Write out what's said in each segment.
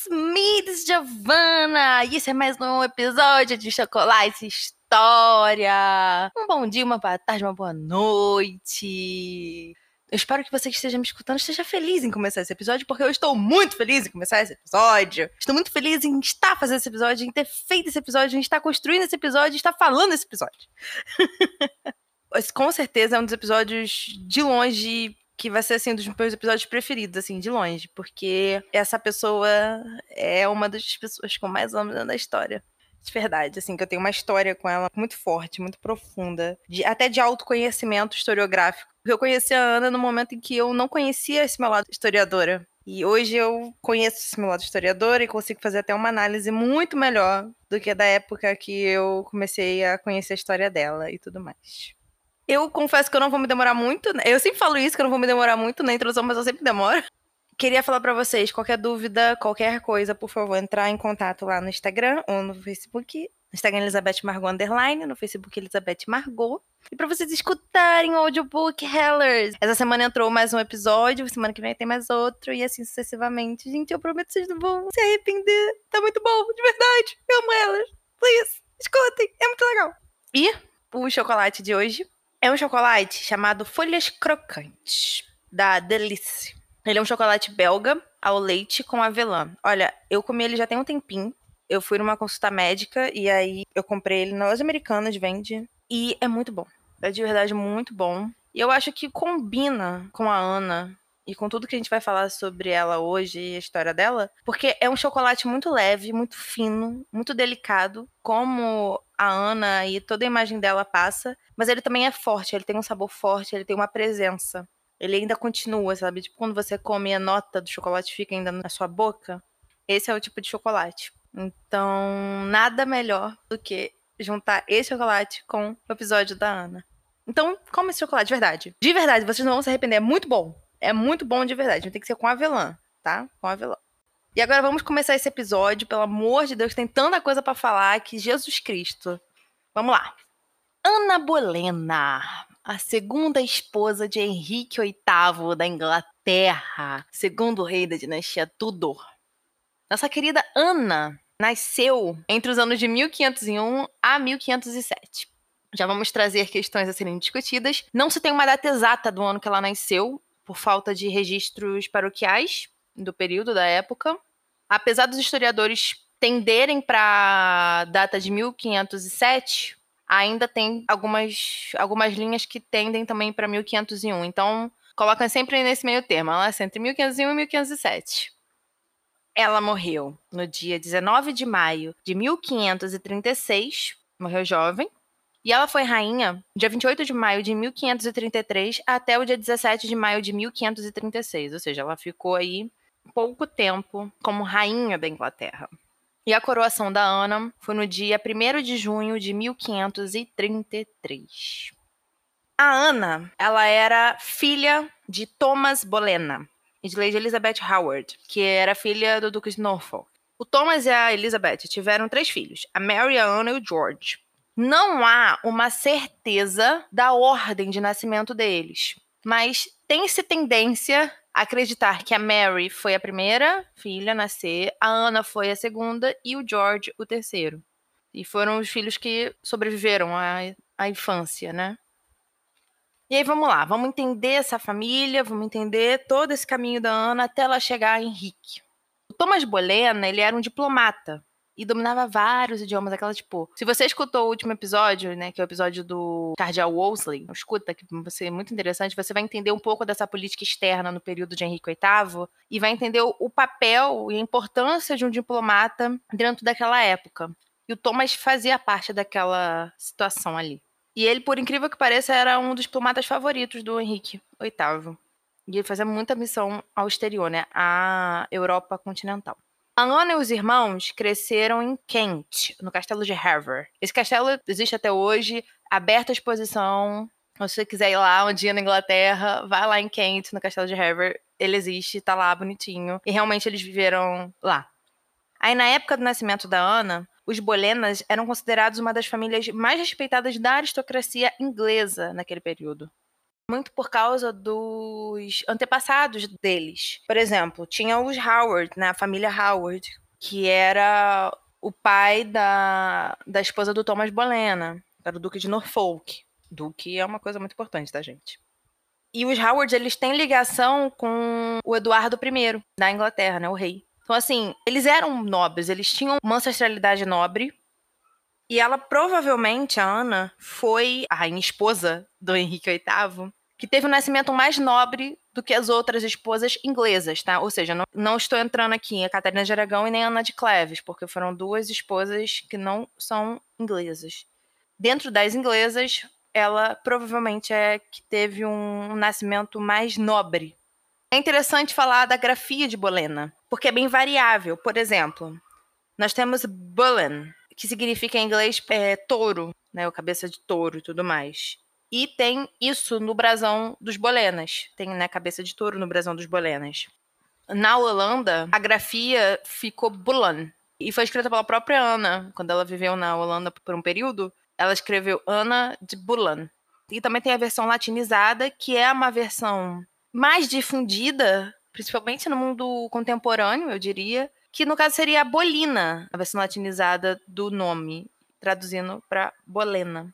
me, this is Giovanna, e esse é mais um episódio de Chocolate História. Um bom dia, uma boa tarde, uma boa noite. Eu espero que você que esteja me escutando esteja feliz em começar esse episódio, porque eu estou muito feliz em começar esse episódio. Estou muito feliz em estar fazendo esse episódio, em ter feito esse episódio, em estar construindo esse episódio, em estar falando esse episódio. Esse, com certeza, é um dos episódios de longe que vai ser, assim, um dos meus episódios preferidos, assim, de longe. Porque essa pessoa é uma das pessoas que eu mais amo dentro da história. De verdade, assim, que eu tenho uma história com ela muito forte, muito profunda. Até de autoconhecimento historiográfico. Eu conheci a Ana no momento em que eu não conhecia esse meu lado historiadora. E hoje eu conheço esse meu lado historiadora e consigo fazer até uma análise muito melhor do que da época que eu comecei a conhecer a história dela e tudo mais. Eu confesso que eu não vou me demorar muito. Eu sempre falo isso, que eu não vou me demorar muito na introdução, mas eu sempre demoro. Queria falar pra vocês, qualquer dúvida, qualquer coisa, por favor, entrar em contato lá no Instagram ou no Facebook. No Instagram, Elizabeth Margot _, no Facebook, Elizabeth Margot. E pra vocês escutarem o audiobook Hellers. Essa semana entrou mais um episódio, semana que vem tem mais outro, e assim sucessivamente. Gente, eu prometo que vocês não vão se arrepender. Tá muito bom, de verdade. Eu amo Hellers. Please, escutem, é muito legal. E o chocolate de hoje é um chocolate chamado Folhas Crocantes, da Delice. Ele é um chocolate belga ao leite com avelã. Olha, eu comi ele já tem um tempinho. Eu fui numa consulta médica e aí eu comprei ele na loja americana de vende. E é muito bom. É de verdade muito bom. E eu acho que combina com a Ana e com tudo que a gente vai falar sobre ela hoje e a história dela. Porque é um chocolate muito leve, muito fino, muito delicado. Como a Ana e toda a imagem dela passa. Mas ele também é forte, ele tem um sabor forte, ele tem uma presença. Ele ainda continua, sabe? Tipo, quando você come a nota do chocolate fica ainda na sua boca. Esse é o tipo de chocolate. Então, nada melhor do que juntar esse chocolate com o episódio da Ana. Então, come esse chocolate, de verdade. De verdade, vocês não vão se arrepender. É muito bom. É muito bom de verdade. Tem que ser com avelã, tá? Com avelã. E agora vamos começar esse episódio. Pelo amor de Deus, tem tanta coisa pra falar que Jesus Cristo. Vamos lá. Ana Bolena, a segunda esposa de Henrique VIII da Inglaterra, segundo rei da dinastia Tudor. Nossa querida Ana nasceu entre os anos de 1501 a 1507. Já vamos trazer questões a serem discutidas. Não se tem uma data exata do ano que ela nasceu, por falta de registros paroquiais do período da época. Apesar dos historiadores tenderem para a data de 1507, ainda tem algumas linhas que tendem também para 1501. Então, colocam sempre nesse meio termo. Ela nasceu entre 1501 e 1507. Ela morreu no dia 19 de maio de 1536. Morreu jovem. E ela foi rainha dia 28 de maio de 1533 até o dia 17 de maio de 1536. Ou seja, ela ficou aí pouco tempo como rainha da Inglaterra. E a coroação da Ana foi no dia 1º de junho de 1533. A Ana, ela era filha de Thomas Bolena e de Lady Elizabeth Howard, que era filha do Duque de Norfolk. O Thomas e a Elizabeth tiveram 3 filhos, a Mary, a Anna e o George. Não há uma certeza da ordem de nascimento deles, mas tem-se tendência a acreditar que a Mary foi a primeira filha a nascer, a Anna foi a segunda e o George o terceiro. E foram os filhos que sobreviveram à infância, né? E aí vamos lá, vamos entender essa família, vamos entender todo esse caminho da Ana até ela chegar a Henrique. O Thomas Bolena, ele era um diplomata e dominava vários idiomas, aquela tipo... Se você escutou o último episódio, né, que é o episódio do Cardeal Wolsey, escuta, que vai ser muito interessante, você vai entender um pouco dessa política externa no período de Henrique VIII e vai entender o papel e a importância de um diplomata dentro daquela época. E o Thomas fazia parte daquela situação ali. E ele, por incrível que pareça, era um dos diplomatas favoritos do Henrique VIII. E ele fazia muita missão ao exterior, né? À Europa continental. A Ana e os irmãos cresceram em Kent, no castelo de Hertford. Esse castelo existe até hoje, aberto à exposição. Se você quiser ir lá um dia na Inglaterra, vai lá em Kent, no castelo de Hertford. Ele existe, tá lá bonitinho. E realmente eles viveram lá. Aí, na época do nascimento da Ana, os Bolenas eram considerados uma das famílias mais respeitadas da aristocracia inglesa naquele período. muito por causa dos antepassados deles. Por exemplo, tinha os Howard, né? A família Howard, que era o pai da esposa do Thomas Bolena, que era o Duque de Norfolk. Duque é uma coisa muito importante, tá, gente? E os Howard, eles têm ligação com o Eduardo I da Inglaterra, né? O rei. Então, assim, eles eram nobres, eles tinham uma ancestralidade nobre. E ela provavelmente, a Ana, foi a rainha esposa do Henrique VIII, que teve um nascimento mais nobre do que as outras esposas inglesas, tá? Ou seja, não estou entrando aqui em Catarina de Aragão e nem Ana de Cleves, porque foram duas esposas que não são inglesas. Dentro das inglesas, ela provavelmente é que teve um nascimento mais nobre. É interessante falar da grafia de Bolena, porque é bem variável. Por exemplo, nós temos Bullen, que significa em inglês touro, né? O cabeça de touro e tudo mais. E tem isso no brasão dos Bolenas. Tem, né, cabeça de touro no brasão dos Bolenas. Na Holanda, a grafia ficou Bullen. E foi escrita pela própria Ana. Quando ela viveu na Holanda por um período, ela escreveu Ana de Bullen. E também tem a versão latinizada, que é uma versão mais difundida, principalmente no mundo contemporâneo, eu diria, que no caso seria a Bolina, a versão latinizada do nome, traduzindo para Bolena.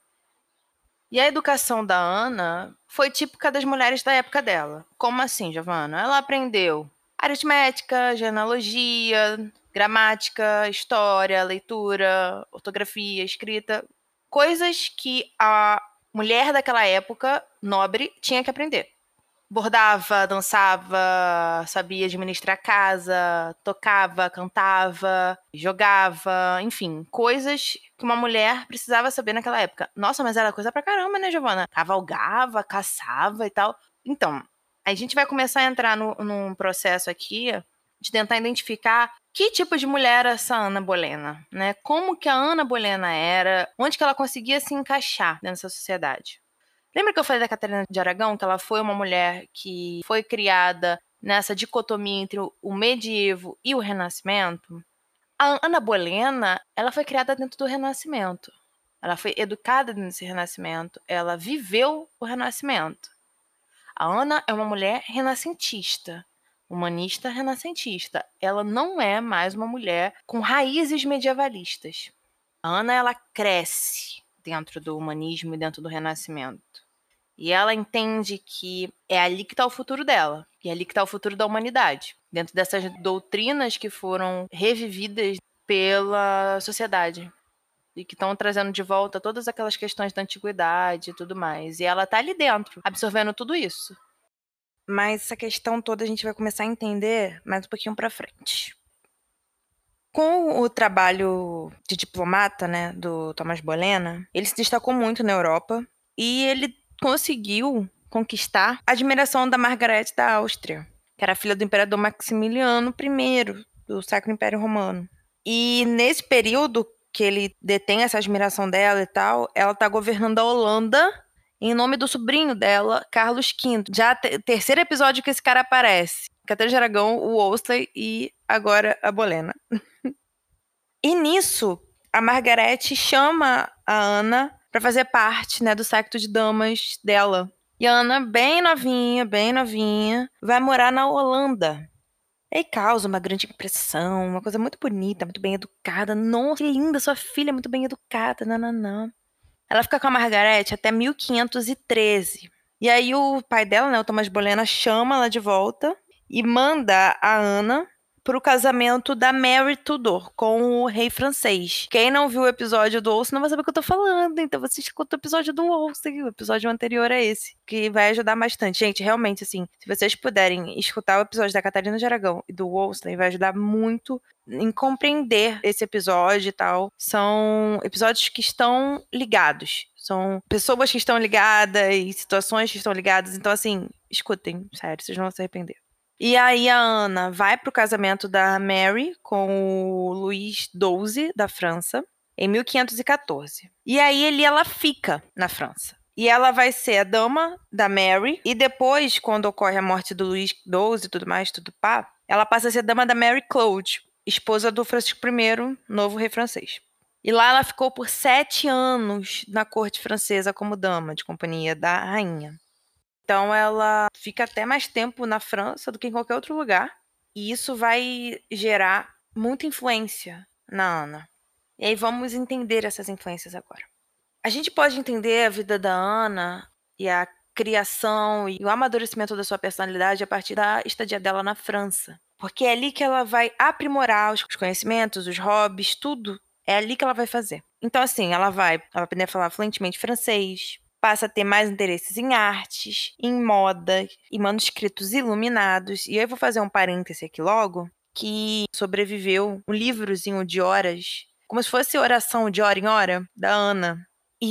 E a educação da Ana foi típica das mulheres da época dela. Como assim, Giovana? Ela aprendeu aritmética, genealogia, gramática, história, leitura, ortografia, escrita, coisas que a mulher daquela época, nobre, tinha que aprender. Bordava, dançava, sabia administrar a casa, tocava, cantava, jogava, enfim, coisas que uma mulher precisava saber naquela época. Nossa, mas era coisa pra caramba, né, Giovana? Cavalgava, caçava e tal. Então, a gente vai começar a entrar num processo aqui de tentar identificar que tipo de mulher era essa Ana Bolena, né? Como que a Ana Bolena era, onde que ela conseguia se encaixar nessa sociedade. Lembra que eu falei da Catarina de Aragão, que ela foi uma mulher que foi criada nessa dicotomia entre o medievo e o renascimento? A Ana Bolena, ela foi criada dentro do renascimento. Ela foi educada nesse renascimento. Ela viveu o renascimento. A Ana é uma mulher renascentista, humanista renascentista. Ela não é mais uma mulher com raízes medievalistas. A Ana, ela cresce dentro do humanismo e dentro do renascimento. E ela entende que é ali que está o futuro dela. E é ali que está o futuro da humanidade. Dentro dessas doutrinas que foram revividas pela sociedade. E que estão trazendo de volta todas aquelas questões da antiguidade e tudo mais. E ela está ali dentro, absorvendo tudo isso. Mas essa questão toda a gente vai começar a entender mais um pouquinho para frente. Com o trabalho de diplomata, né, do Thomas Bolena, ele se destacou muito na Europa. E ele conseguiu conquistar a admiração da Margarete da Áustria, que era filha do imperador Maximiliano I, do Sacro Império Romano. E nesse período que ele detém essa admiração dela e tal, ela está governando a Holanda em nome do sobrinho dela, Carlos V. Já terceiro episódio que esse cara aparece. Catarina de Aragão, o Wolsey e agora a Bolena. E nisso, a Margarete chama a Ana para fazer parte, né, do séquito de damas dela. E a Ana, bem novinha, vai morar na Holanda. E aí causa uma grande impressão, uma coisa muito bonita, muito bem educada. Nossa, que linda, sua filha é muito bem educada, não. Ela fica com a Margarete até 1513. E aí o pai dela, né, o Thomas Bolena, chama ela de volta e manda a Ana pro casamento da Mary Tudor com o rei francês. Quem não viu o episódio do Wolsey não vai saber o que eu tô falando, então você escuta o episódio do Wolsey, o episódio anterior é esse, que vai ajudar bastante. Gente, realmente, assim, se vocês puderem escutar o episódio da Catarina de Aragão e do Wolsey, vai ajudar muito em compreender esse episódio e tal. São episódios que estão ligados. São pessoas que estão ligadas e situações que estão ligadas. Então, assim, escutem, sério, vocês não vão se arrepender. E aí a Ana vai pro casamento da Mary com o Luís XII da França em 1514. E aí ela fica na França. E ela vai ser a dama da Mary. E depois, quando ocorre a morte do Luís XII e tudo mais, tudo pá, ela passa a ser dama da Mary Claude, esposa do Francisco I, novo rei francês. E lá ela ficou por 7 anos na corte francesa como dama de companhia da rainha. Então ela fica até mais tempo na França do que em qualquer outro lugar. E isso vai gerar muita influência na Ana. E aí vamos entender essas influências agora. A gente pode entender a vida da Ana e a criação e o amadurecimento da sua personalidade a partir da estadia dela na França. Porque é ali que ela vai aprimorar os conhecimentos, os hobbies, tudo. É ali que ela vai fazer. Então, assim, ela vai aprender a falar fluentemente francês, passa a ter mais interesses em artes, em moda, em manuscritos iluminados. E eu vou fazer um parêntese aqui logo, que sobreviveu um livrozinho de horas, como se fosse oração de hora em hora, da Ana.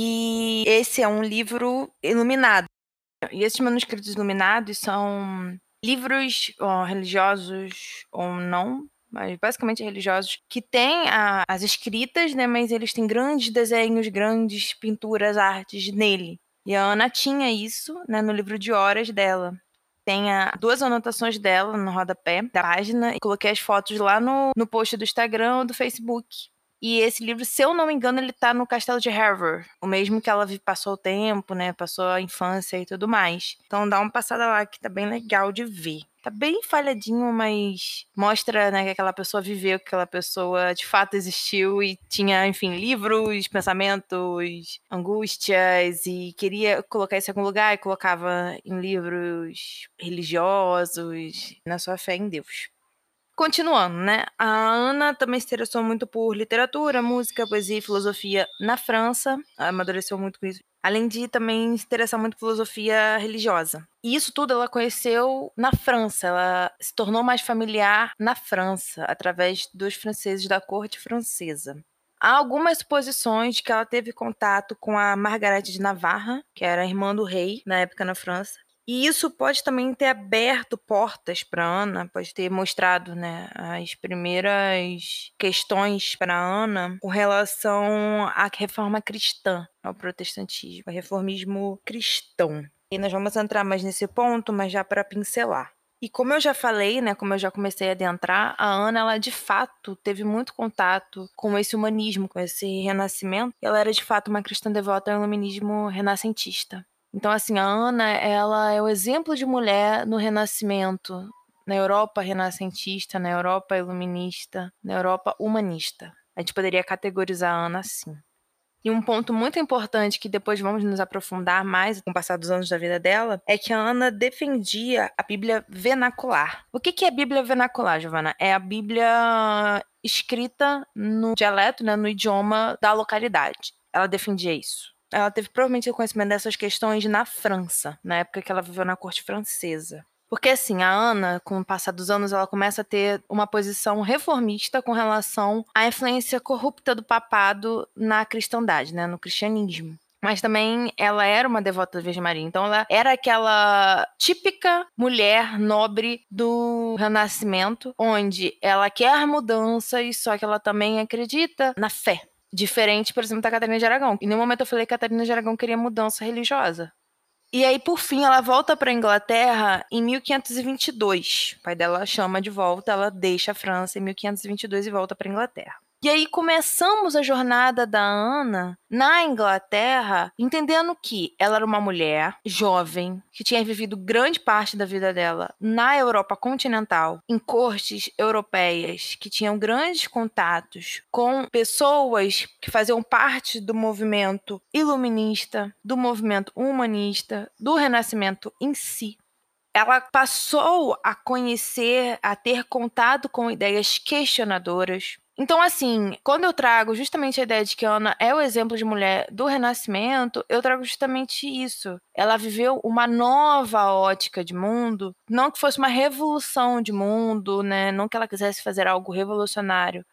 E esse é um livro iluminado. E esses manuscritos iluminados são livros religiosos ou não, mas basicamente religiosos, que têm as escritas, né? Mas eles têm grandes desenhos, grandes pinturas, artes nele. E a Ana tinha isso, né, no livro de horas dela. Tem duas anotações dela no rodapé da página. E coloquei as fotos lá no post do Instagram ou do Facebook. E esse livro, se eu não me engano, ele tá no Castelo de Hervor. O mesmo que ela passou o tempo, né? Passou a infância e tudo mais. Então dá uma passada lá que tá bem legal de ver. Tá bem falhadinho, mas mostra, né, que aquela pessoa viveu, que aquela pessoa de fato existiu e tinha, enfim, livros, pensamentos, angústias e queria colocar isso em algum lugar e colocava em livros religiosos, na sua fé em Deus. Continuando, né? A Ana também se interessou muito por literatura, música, poesia e filosofia na França. Ela amadureceu muito com isso. Além de também se interessar muito por filosofia religiosa. E isso tudo ela conheceu na França. Ela se tornou mais familiar na França, através dos franceses da corte francesa. Há algumas suposições de que ela teve contato com a Margarete de Navarra, que era a irmã do rei, na época na França. E isso pode também ter aberto portas para Ana, pode ter mostrado, né, as primeiras questões para Ana com relação à reforma cristã, ao protestantismo, ao reformismo cristão. E nós vamos entrar mais nesse ponto, mas já para pincelar. E como eu já falei, né, como eu já comecei a adentrar, a Ana, ela de fato teve muito contato com esse humanismo, com esse renascimento. Ela era de fato uma cristã devota ao iluminismo renascentista. Então, assim, a Ana, ela é o exemplo de mulher no Renascimento, na Europa renascentista, na Europa iluminista, na Europa humanista. A gente poderia categorizar a Ana assim. E um ponto muito importante que depois vamos nos aprofundar mais com o passar dos anos da vida dela é que a Ana defendia a Bíblia vernacular. O que é a Bíblia vernacular, Giovana? É a Bíblia escrita no dialeto, né, no idioma da localidade. Ela defendia isso. Ela teve provavelmente conhecimento dessas questões na França, na época que ela viveu na corte francesa. Porque, assim, a Ana, com o passar dos anos, ela começa a ter uma posição reformista com relação à influência corrupta do papado na cristandade, né, no cristianismo. Mas também ela era uma devota da Virgem Maria. Então ela era aquela típica mulher nobre do Renascimento, onde ela quer mudanças, só que ela também acredita na fé. Diferente, por exemplo, da Catarina de Aragão. Em nenhum momento eu falei que a Catarina de Aragão queria mudança religiosa. E aí, por fim, ela volta para a Inglaterra em 1522. O pai dela chama de volta, ela deixa a França em 1522 e volta para a Inglaterra. E aí começamos a jornada da Ana na Inglaterra, entendendo que ela era uma mulher jovem, que tinha vivido grande parte da vida dela na Europa continental, em cortes europeias, que tinham grandes contatos com pessoas que faziam parte do movimento iluminista, do movimento humanista, do Renascimento em si. Ela passou a conhecer, a ter contato com ideias questionadoras. Então, assim, quando eu trago justamente a ideia de que Ana é o exemplo de mulher do Renascimento, eu trago justamente isso. Ela viveu uma nova ótica de mundo, não que fosse uma revolução de mundo, né? Não que ela quisesse fazer algo revolucionário,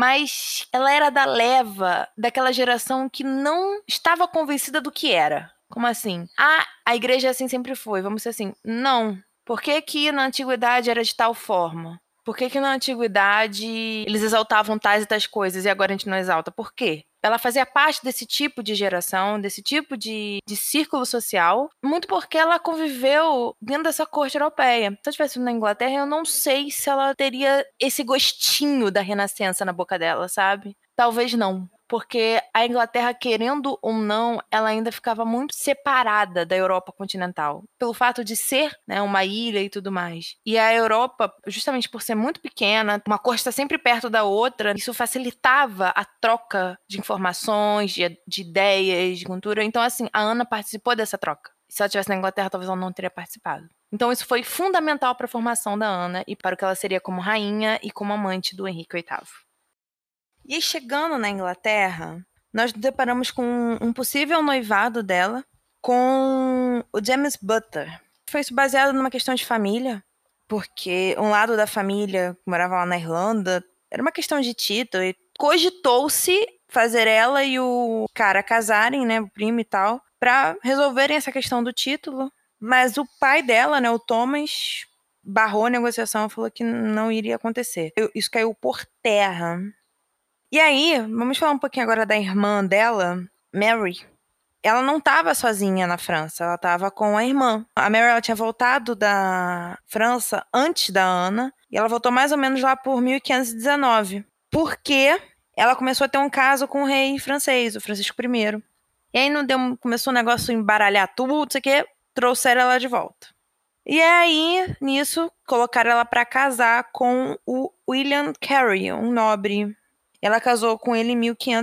mas ela era da leva daquela geração que não estava convencida do que era. Como assim? Ah, a igreja assim sempre foi, vamos ser assim. Não. Por que que na antiguidade era de tal forma? Por que que na antiguidade eles exaltavam tais e tais coisas e agora a gente não exalta? Por quê? Ela fazia parte desse tipo de geração, desse tipo de círculo social, muito porque ela conviveu dentro dessa corte europeia. Se eu tivesse na Inglaterra, eu não sei se ela teria esse gostinho da renascença na boca dela, sabe? Talvez não. porque a Inglaterra, querendo ou não, ela ainda ficava muito separada da Europa continental, pelo fato de ser, né, uma ilha e tudo mais. E a Europa, justamente por ser muito pequena, uma costa sempre perto da outra, isso facilitava a troca de informações, de ideias, de cultura. Então, assim, a Ana participou dessa troca. Se ela estivesse na Inglaterra, talvez ela não teria participado. Então, isso foi fundamental para a formação da Ana e para o que ela seria como rainha e como amante do Henrique VIII. E aí, chegando na Inglaterra, nós nos deparamos com um possível noivado dela com o James Butler. Foi isso baseado numa questão de família, porque um lado da família que morava lá na Irlanda era uma questão de título, e cogitou-se fazer ela e o cara casarem, né, o primo e tal, para resolverem essa questão do título. Mas o pai dela, né, o Thomas, barrou a negociação e falou que não iria acontecer. Isso caiu por terra. E aí, vamos falar um pouquinho agora da irmã dela, Mary. Ela não estava sozinha na França, ela estava com a irmã. A Mary, ela tinha voltado da França antes da Ana, e ela voltou mais ou menos lá por 1519, porque ela começou a ter um caso com o rei francês, o Francisco I. E aí começou o negócio a embaralhar tudo, não sei o quê, trouxeram ela de volta. E aí, nisso, colocaram ela para casar com o William Carey, um nobre. Ela casou com ele em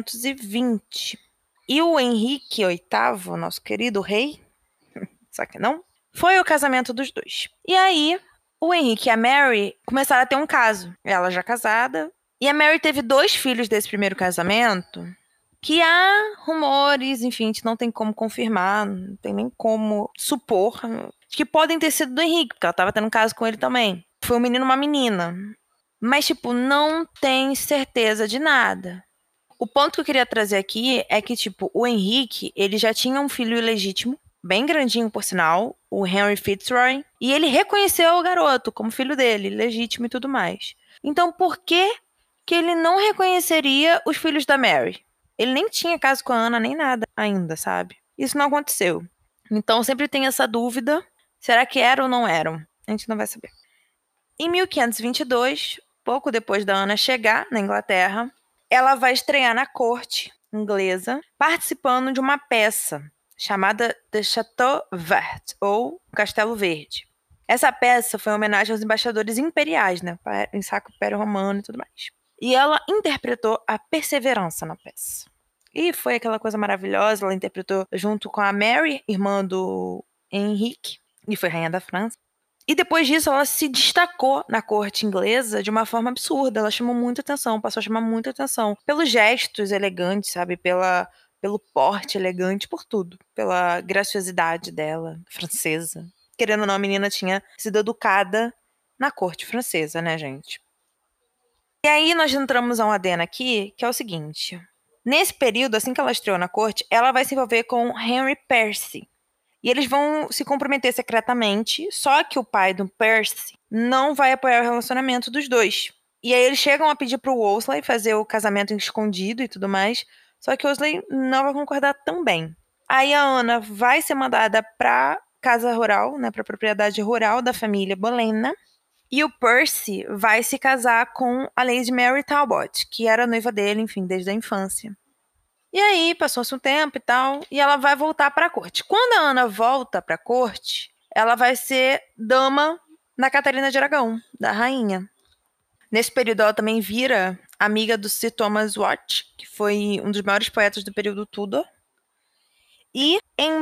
1520. E o Henrique VIII, nosso querido rei, só que não, foi o casamento dos dois. E aí, o Henrique e a Mary começaram a ter um caso. Ela já casada. E a Mary teve 2 filhos desse primeiro casamento, que há rumores, enfim, a gente não tem como confirmar, não tem nem como supor, que podem ter sido do Henrique, porque ela estava tendo um caso com ele também. Foi um menino e uma menina. Mas, tipo, não tem certeza de nada. O ponto que eu queria trazer aqui é que, tipo, o Henrique, ele já tinha um filho ilegítimo, bem grandinho, por sinal, o Henry Fitzroy, e ele reconheceu o garoto como filho dele, legítimo e tudo mais. Então, por que que ele não reconheceria os filhos da Mary? Ele nem tinha caso com a Ana, nem nada ainda, sabe? Isso não aconteceu. Então, sempre tem essa dúvida, será que eram ou não eram? A gente não vai saber. Em 1522, pouco depois da Ana chegar na Inglaterra, ela vai estrear na corte inglesa, participando de uma peça chamada The Château Vert, ou Castelo Verde. Essa peça foi uma homenagem aos embaixadores imperiais, né, em Sacro Império Romano e tudo mais. E ela interpretou a perseverança na peça. E foi aquela coisa maravilhosa, ela interpretou junto com a Mary, irmã do Henrique, e foi rainha da França. E depois disso, ela se destacou na corte inglesa de uma forma absurda. Ela chamou muita atenção, passou a chamar muita atenção pelos gestos elegantes, sabe? Pelo porte elegante, por tudo. Pela graciosidade dela, francesa. Querendo ou não, a menina tinha sido educada na corte francesa, né, gente? E aí nós entramos a um adendo aqui, que é o seguinte. Nesse período, assim que ela estreou na corte, ela vai se envolver com Henry Percy. E eles vão se comprometer secretamente, só que o pai do Percy não vai apoiar o relacionamento dos dois. E aí eles chegam a pedir pro Wolsey fazer o casamento escondido e tudo mais, só que o Wolsey não vai concordar também. Aí a Ana vai ser mandada pra casa rural, né, pra propriedade rural da família Bolena, e o Percy vai se casar com a Lady Mary Talbot, que era a noiva dele, enfim, desde a infância. E aí, passou-se um tempo e tal, e ela vai voltar para a corte. Quando a Ana volta para a corte, ela vai ser dama da Catarina de Aragão, da rainha. Nesse período, ela também vira amiga do Sir Thomas Watt, que foi um dos maiores poetas do período Tudor. E, em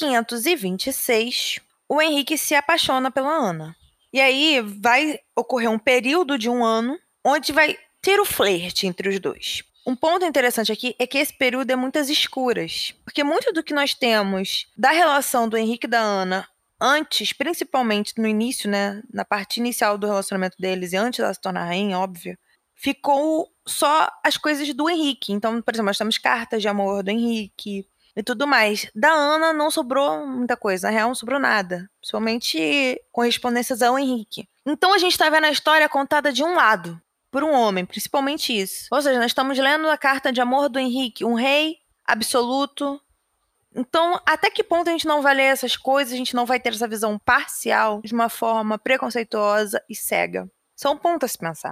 1526, o Henrique se apaixona pela Ana. E aí, vai ocorrer um período de um ano, onde vai ter o flerte entre os dois. Um ponto interessante aqui é que esse período é muitas escuras, porque muito do que nós temos da relação do Henrique e da Ana antes, principalmente no início, né, na parte inicial do relacionamento deles e antes dela se tornar rainha, óbvio, ficou só as coisas do Henrique. Então, por exemplo, nós temos cartas de amor do Henrique e tudo mais. Da Ana não sobrou muita coisa, na real não sobrou nada, principalmente correspondências ao Henrique. Então a gente está vendo a história contada de um lado, por um homem, principalmente isso. Ou seja, nós estamos lendo a carta de amor do Henrique, um rei absoluto. Então, até que ponto a gente não vai ler essas coisas, a gente não vai ter essa visão parcial de uma forma preconceituosa e cega? São pontos a se pensar.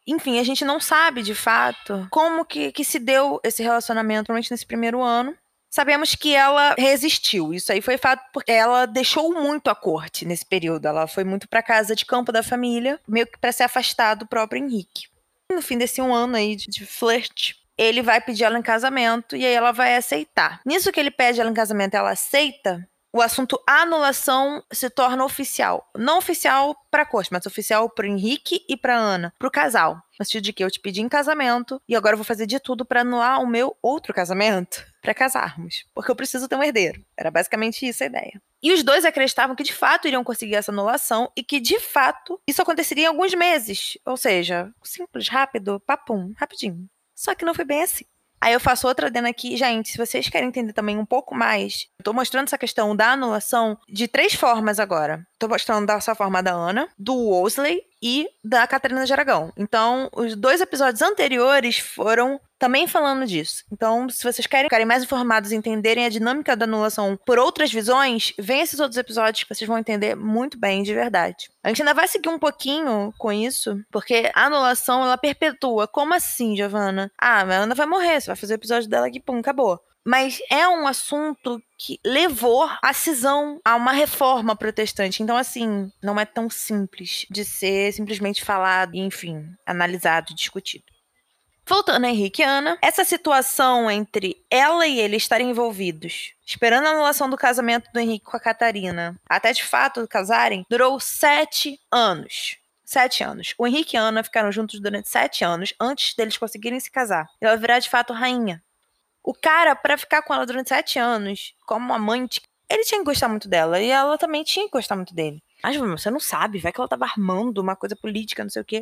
Enfim, a gente não sabe, de fato, como que se deu esse relacionamento, provavelmente nesse primeiro ano. Sabemos que ela resistiu. Isso aí foi fato porque ela deixou muito a corte nesse período. Ela foi muito para casa de campo da família, meio que para se afastar do próprio Henrique. No fim desse um ano aí de flerte, ele vai pedir ela em casamento e aí ela vai aceitar. Nisso que ele pede ela em casamento, ela aceita. O assunto anulação se torna oficial. Não oficial para a corte, mas oficial para o Henrique e para Ana, para o casal. No sentido de que eu te pedi em casamento e agora eu vou fazer de tudo para anular o meu outro casamento, para casarmos, porque eu preciso ter um herdeiro. Era basicamente isso a ideia. E os dois acreditavam que de fato iriam conseguir essa anulação e que de fato isso aconteceria em alguns meses. Ou seja, simples, rápido, papum, rapidinho. Só que não foi bem assim. Aí eu faço outra adenda aqui. Gente, se vocês querem entender também um pouco mais, eu tô mostrando essa questão da anulação de 3 formas agora. Tô mostrando dessa forma da Ana, do Wolsey e da Catarina de Aragão. Então, os 2 episódios anteriores foram também falando disso. Então, se vocês querem ficarem mais informados e entenderem a dinâmica da anulação por outras visões, vem esses outros episódios que vocês vão entender muito bem, de verdade. A gente ainda vai seguir um pouquinho com isso, porque a anulação, ela perpetua. Como assim, Giovana? Ah, a Ana vai morrer, você vai fazer o episódio dela aqui, pum, acabou. Mas é um assunto que levou a cisão, a uma reforma protestante. Então, assim, não é tão simples de ser simplesmente falado, enfim, analisado e discutido. Voltando a Henrique e Ana, essa situação entre ela e ele estarem envolvidos, esperando a anulação do casamento do Henrique com a Catarina, até de fato casarem, durou 7 anos. 7 anos. O Henrique e a Ana ficaram juntos durante 7 anos antes deles conseguirem se casar. Ela virar de fato rainha. O cara, pra ficar com ela durante 7 anos, como amante, ele tinha que gostar muito dela. E ela também tinha que gostar muito dele. Mas você não sabe, vai que ela tava armando uma coisa política, não sei o quê.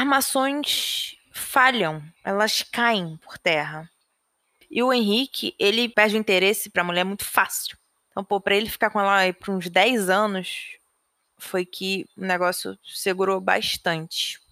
Armações falham, elas caem por terra. E o Henrique, ele perde o interesse pra mulher muito fácil. Então, pô, pra ele ficar com ela aí por uns 10 anos, foi que o negócio segurou bastante.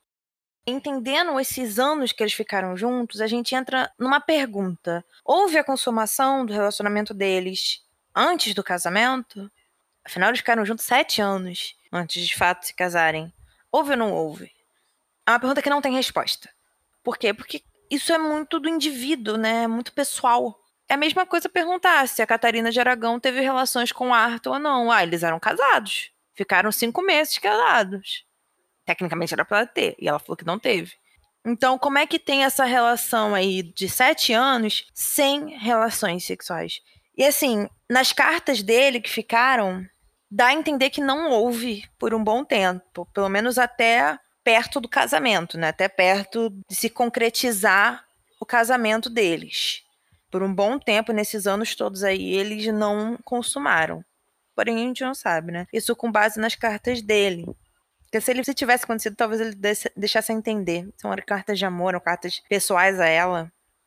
Entendendo esses anos que eles ficaram juntos, a gente entra numa pergunta. Houve a consumação do relacionamento deles antes do casamento? Afinal, eles ficaram juntos 7 anos antes de fato se casarem. Houve ou não houve? É uma pergunta que não tem resposta. Por quê? Porque isso é muito do indivíduo, né? É muito pessoal. É a mesma coisa perguntar se a Catarina de Aragão teve relações com o Arthur ou não. Ah, eles eram casados. Ficaram 5 meses casados. Tecnicamente era pra ela ter, e ela falou que não teve. Então, como é que tem essa relação aí de 7 anos sem relações sexuais? E assim, nas cartas dele que ficaram, dá a entender que não houve por um bom tempo. Pelo menos até perto do casamento, né? Até perto de se concretizar o casamento deles. Por um bom tempo, nesses anos todos aí, eles não consumaram. Porém, a gente não sabe, né? Isso com base nas cartas dele. Porque se tivesse acontecido, talvez ele deixasse a entender. São cartas de amor, ou cartas pessoais a ela.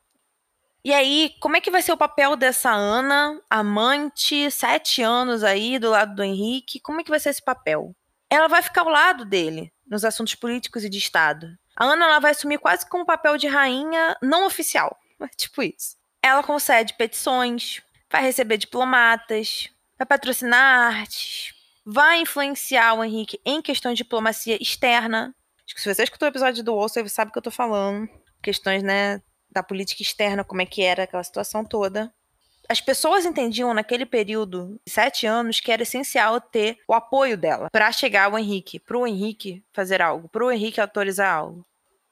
E aí, como é que vai ser o papel dessa Ana, amante, 7 anos aí, do lado do Henrique? Como é que vai ser esse papel? Ela vai ficar ao lado dele, nos assuntos políticos e de Estado. A Ana, ela vai assumir quase como um papel de rainha não oficial. Tipo isso. Ela concede petições, vai receber diplomatas, vai patrocinar artes, vai influenciar o Henrique em questões de diplomacia externa. Acho que se você escutou o episódio do Osso, você sabe o que eu tô falando. Questões, né, da política externa, como é que era aquela situação toda. As pessoas entendiam naquele período de 7 anos que era essencial ter o apoio dela para chegar ao Henrique, pro Henrique fazer algo, pro Henrique autorizar algo.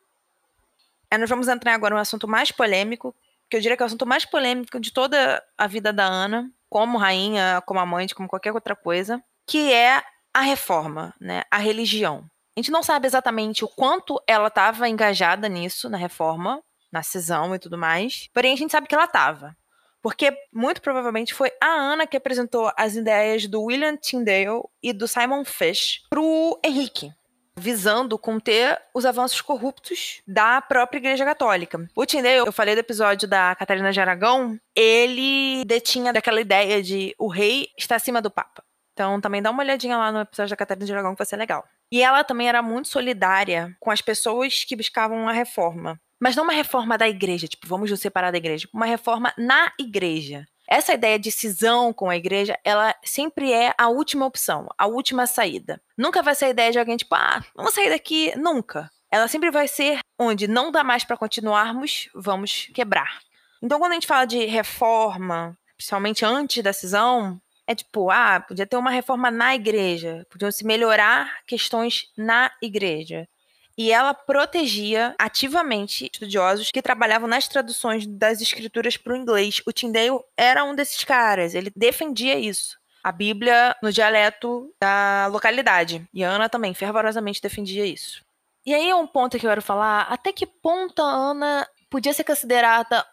Nós vamos entrar agora no assunto mais polêmico, que eu diria que é o assunto mais polêmico de toda a vida da Ana, como rainha, como amante, como qualquer outra coisa, que é a reforma, né? A religião. A gente não sabe exatamente o quanto ela estava engajada nisso, na reforma, na cisão e tudo mais, porém a gente sabe que ela estava. Porque, muito provavelmente, foi a Ana que apresentou as ideias do William Tyndale e do Simon Fish pro Henrique, visando conter os avanços corruptos da própria Igreja Católica. O Tyndale, eu falei do episódio da Catarina de Aragão, ele detinha daquela ideia de o rei está acima do Papa. Então, também dá uma olhadinha lá no episódio da Catarina de Aragão, que vai ser legal. E ela também era muito solidária com as pessoas que buscavam a reforma. Mas não uma reforma da igreja, tipo, vamos nos separar da igreja. Uma reforma na igreja. Essa ideia de cisão com a igreja, ela sempre é a última opção, a última saída. Nunca vai ser a ideia de alguém, tipo, vamos sair daqui. Nunca. ela sempre vai ser onde não dá mais para continuarmos, vamos quebrar. Então, quando a gente fala de reforma, principalmente antes da cisão, é tipo, podia ter uma reforma na igreja, podiam se melhorar questões na igreja. E ela protegia ativamente estudiosos que trabalhavam nas traduções das escrituras para o inglês. O Tyndale era um desses caras, ele defendia isso. A Bíblia no dialeto da localidade. E a Ana também fervorosamente defendia isso. E aí é um ponto que eu quero falar, até que ponto a Ana podia ser considerada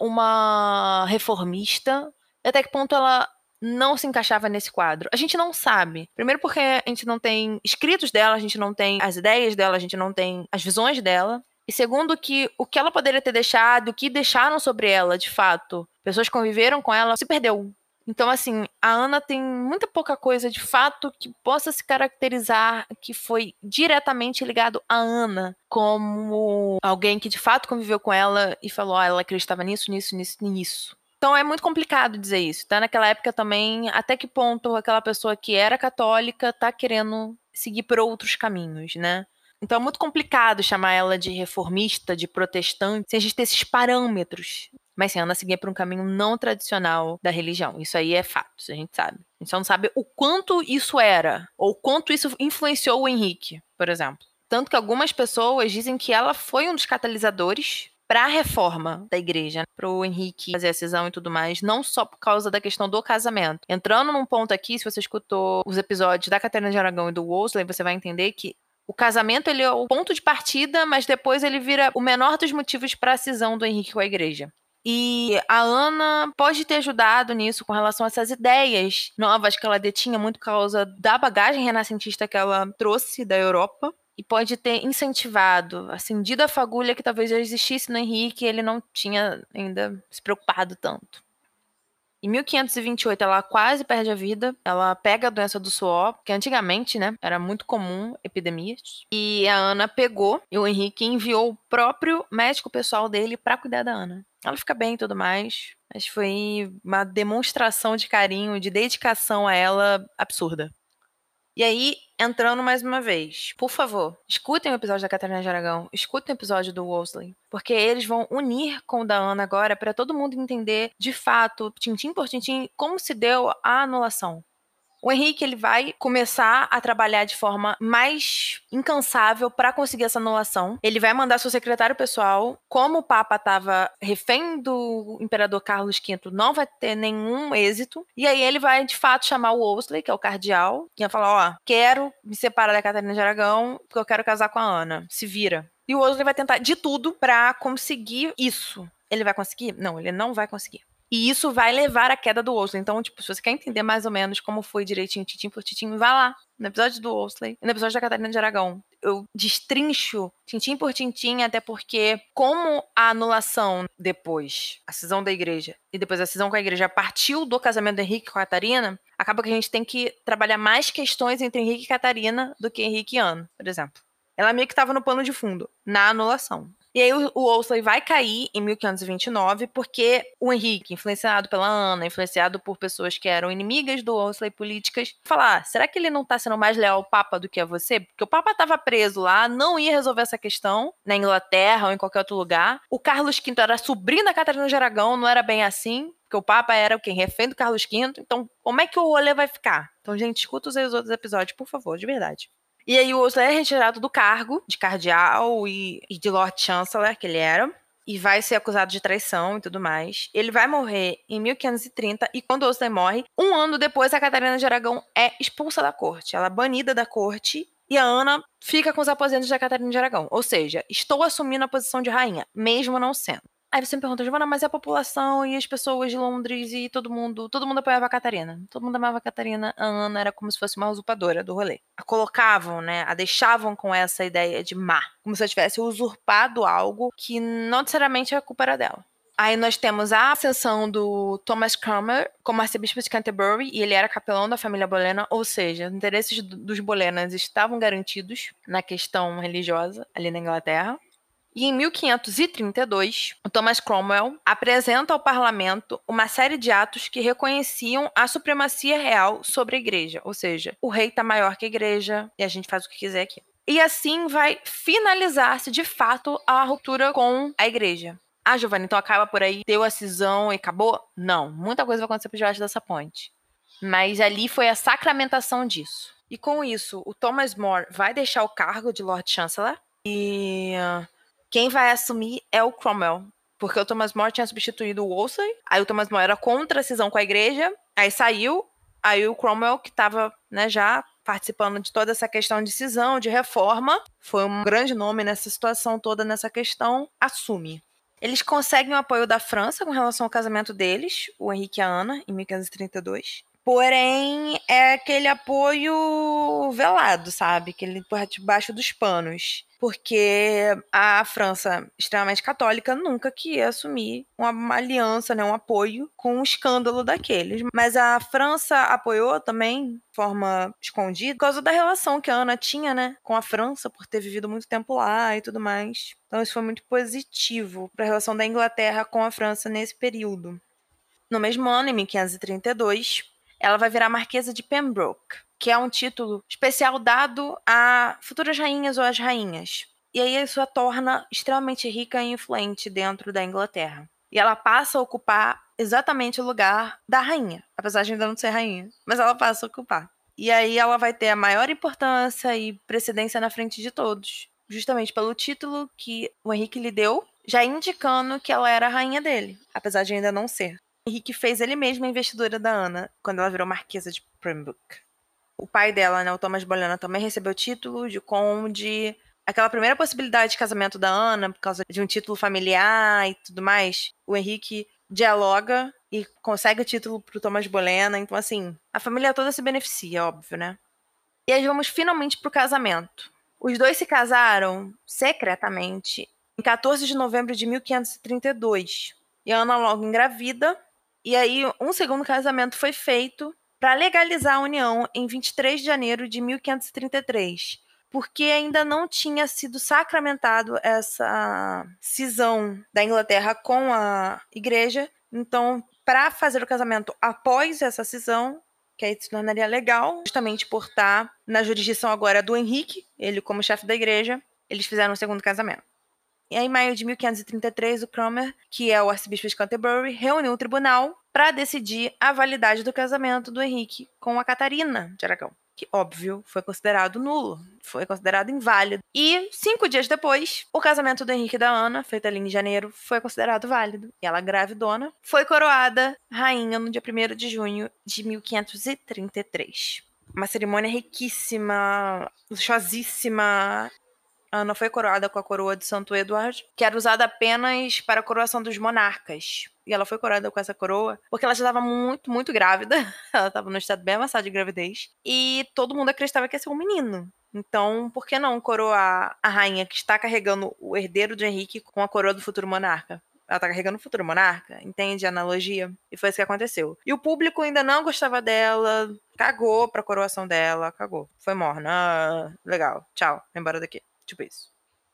uma reformista, e até que ponto ela não se encaixava nesse quadro. A gente não sabe. Primeiro porque a gente não tem escritos dela, a gente não tem as ideias dela, a gente não tem as visões dela. E segundo que o que ela poderia ter deixado, o que deixaram sobre ela, de fato, pessoas que conviveram com ela, se perdeu. Então, assim, a Ana tem muita pouca coisa de fato que possa se caracterizar que foi diretamente ligado a Ana como alguém que de fato conviveu com ela e falou, ela acreditava nisso, nisso, nisso, nisso. Então é muito complicado dizer isso, tá? Naquela época também, até que ponto aquela pessoa que era católica tá querendo seguir por outros caminhos, né? Então é muito complicado chamar ela de reformista, de protestante, sem a gente ter esses parâmetros. Mas sim, Ana seguia por um caminho não tradicional da religião. Isso aí é fato, isso a gente sabe. A gente só não sabe o quanto isso era, ou quanto isso influenciou o Henrique, por exemplo. Tanto que algumas pessoas dizem que ela foi um dos catalisadores para a reforma da igreja, para o Henrique fazer a cisão e tudo mais, não só por causa da questão do casamento. Entrando num ponto aqui, se você escutou os episódios da Catarina de Aragão e do Wolsey, você vai entender que o casamento ele é o ponto de partida, mas depois ele vira o menor dos motivos para a cisão do Henrique com a igreja. E a Ana pode ter ajudado nisso com relação a essas ideias novas que ela detinha, muito por causa da bagagem renascentista que ela trouxe da Europa. E pode ter incentivado, acendido a fagulha que talvez já existisse no Henrique e ele não tinha ainda se preocupado tanto. Em 1528, ela quase perde a vida. Ela pega a doença do suor, que antigamente, né, era muito comum, epidemias. E a Ana pegou, e o Henrique enviou o próprio médico pessoal dele para cuidar da Ana. Ela fica bem e tudo mais, mas foi uma demonstração de carinho, de dedicação a ela absurda. E aí, entrando mais uma vez, por favor, escutem o episódio da Catarina de Aragão, escutem o episódio do Wolsey, porque eles vão unir com o da Ana agora para todo mundo entender, de fato, tintim por tintim, como se deu a anulação. O Henrique ele vai começar a trabalhar de forma mais incansável para conseguir essa anulação. Ele vai mandar seu secretário pessoal. Como o Papa estava refém do imperador Carlos V, não vai ter nenhum êxito. E aí ele vai, de fato, chamar o Wolsey, que é o cardeal, e vai falar, quero me separar da Catarina de Aragão porque eu quero casar com a Ana. Se vira. E o Wolsey vai tentar de tudo para conseguir isso. Ele vai conseguir? Não, ele não vai conseguir. E isso vai levar à queda do Wolsey. Então, tipo, se você quer entender mais ou menos como foi direitinho, tintim por tintim, vai lá no episódio do Wolsey e no episódio da Catarina de Aragão. Eu destrincho tintim por tintim, até porque como a anulação depois, a cisão da igreja, e depois a cisão com a igreja partiu do casamento do Henrique com a Catarina, acaba que a gente tem que trabalhar mais questões entre Henrique e Catarina do que Henrique e Ana, por exemplo. Ela meio que estava no pano de fundo, na anulação. E aí o Wolsey vai cair em 1529 porque o Henrique, influenciado pela Ana, influenciado por pessoas que eram inimigas do Wolsey políticas, falar, será que ele não tá sendo mais leal ao Papa do que a você? Porque o Papa estava preso lá, não ia resolver essa questão na Inglaterra ou em qualquer outro lugar. O Carlos V era sobrinho da Catarina de Aragão, não era bem assim, porque o Papa era o quê? Refém do Carlos V. Então, como é que o rolê vai ficar? Então, gente, escuta os outros episódios, por favor, de verdade. E aí o Wolsey é retirado do cargo de cardeal e de Lord Chancellor, que ele era, e vai ser acusado de traição e tudo mais. Ele vai morrer em 1530, e quando o Wolsey morre, um ano depois a Catarina de Aragão é expulsa da corte. Ela é banida da corte, e a Ana fica com os aposentos da Catarina de Aragão. Ou seja, estou assumindo a posição de rainha, mesmo não sendo. Aí você me pergunta, Giovana, mas e a população e as pessoas de Londres e todo mundo apoiava a Catarina. Todo mundo amava a Catarina. A Ana era como se fosse uma usurpadora do rolê. A colocavam, né? A deixavam com essa ideia de má. Como se ela tivesse usurpado algo que não necessariamente a culpa era dela. Aí nós temos a ascensão do Thomas Cranmer como arcebispo de Canterbury, e ele era capelão da família Bolena, ou seja, os interesses dos Bolenas estavam garantidos na questão religiosa ali na Inglaterra. E em 1532, o Thomas Cromwell apresenta ao parlamento uma série de atos que reconheciam a supremacia real sobre a igreja. Ou seja, o rei está maior que a igreja e a gente faz o que quiser aqui. E assim vai finalizar-se, de fato, a ruptura com a igreja. Ah, Giovanna, então acaba por aí, deu a cisão e acabou? Não, muita coisa vai acontecer por debaixo dessa ponte. Mas ali foi a sacramentação disso. E com isso, o Thomas More vai deixar o cargo de Lord Chancellor e quem vai assumir é o Cromwell. Porque o Thomas More tinha substituído o Wolsey, aí o Thomas More era contra a cisão com a igreja, aí saiu, aí o Cromwell, que estava, né, já participando de toda essa questão de cisão, de reforma, foi um grande nome nessa situação toda, nessa questão, assume. Eles conseguem o apoio da França com relação ao casamento deles, o Henrique e a Ana, em 1532. Porém, é aquele apoio velado, sabe? Aquele por debaixo dos panos. Porque a França, extremamente católica, nunca queria assumir uma aliança, né, um apoio com um escândalo daqueles. Mas a França apoiou também, de forma escondida, por causa da relação que a Ana tinha, né, com a França, por ter vivido muito tempo lá e tudo mais. Então isso foi muito positivo para a relação da Inglaterra com a França nesse período. No mesmo ano, em 1532, ela vai virar Marquesa de Pembroke, que é um título especial dado a futuras rainhas ou às rainhas. E aí isso a torna extremamente rica e influente dentro da Inglaterra. E ela passa a ocupar exatamente o lugar da rainha, apesar de ainda não ser rainha, mas ela passa a ocupar. E aí ela vai ter a maior importância e precedência na frente de todos, justamente pelo título que o Henrique lhe deu, já indicando que ela era a rainha dele, apesar de ainda não ser. Henrique fez ele mesmo a investidura da Ana, quando ela virou Marquesa de Pembroke. O pai dela, né, o Thomas Bolena, também recebeu o título de conde. Aquela primeira possibilidade de casamento da Ana, por causa de um título familiar e tudo mais, o Henrique dialoga e consegue o título pro Thomas Bolena. Então, assim, a família toda se beneficia, óbvio, né? E aí vamos finalmente pro casamento. Os dois se casaram secretamente em 14 de novembro de 1532. E a Ana logo engravida. E aí, um segundo casamento foi feito para legalizar a união em 23 de janeiro de 1533, porque ainda não tinha sido sacramentado essa cisão da Inglaterra com a igreja. Então, para fazer o casamento após essa cisão, que aí se tornaria legal, justamente por estar na jurisdição agora do Henrique, ele como chefe da igreja, eles fizeram um segundo casamento. E aí, em maio de 1533, o Cromer, que é o arcebispo de Canterbury, reuniu um tribunal para decidir a validade do casamento do Henrique com a Catarina de Aragão, que, óbvio, foi considerado nulo, foi considerado inválido. E 5 dias depois, o casamento do Henrique e da Ana, feito ali em janeiro, foi considerado válido. E ela, gravidona, foi coroada rainha no dia 1º de junho de 1533. Uma cerimônia riquíssima, luxuosíssima. A Ana foi coroada com a coroa de Santo Eduardo, que era usada apenas para a coroação dos monarcas. E ela foi coroada com essa coroa porque ela já estava muito, muito grávida. Ela estava no estado bem avançado de gravidez. E todo mundo acreditava que ia ser um menino. Então, por que não coroar a rainha que está carregando o herdeiro de Henrique com a coroa do futuro monarca? Ela tá carregando o futuro monarca, entende a analogia? E foi isso que aconteceu. E o público ainda não gostava dela, cagou pra coroação dela, cagou. Foi morna. Ah, legal, tchau, vai embora daqui. Tipo isso.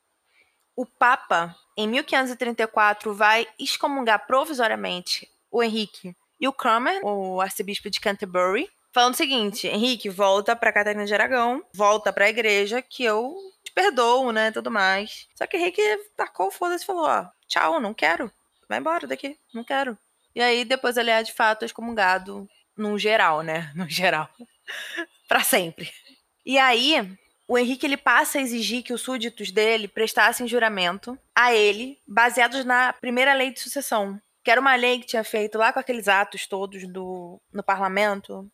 O Papa, em 1534, vai excomungar provisoriamente o Henrique e o Cromer, o arcebispo de Canterbury, falando o seguinte: Henrique, volta pra Catarina de Aragão, volta pra igreja que eu te perdoo, né, tudo mais. Só que Henrique tacou o foda-se e falou: ó, tchau, não quero, vai embora daqui, não quero. E aí depois ele é de fato excomungado no geral, né, no geral, pra sempre. E aí o Henrique ele passa a exigir que os súditos dele prestassem juramento a ele, baseados na primeira lei de sucessão, que era uma lei que tinha feito lá com aqueles atos todos no parlamento,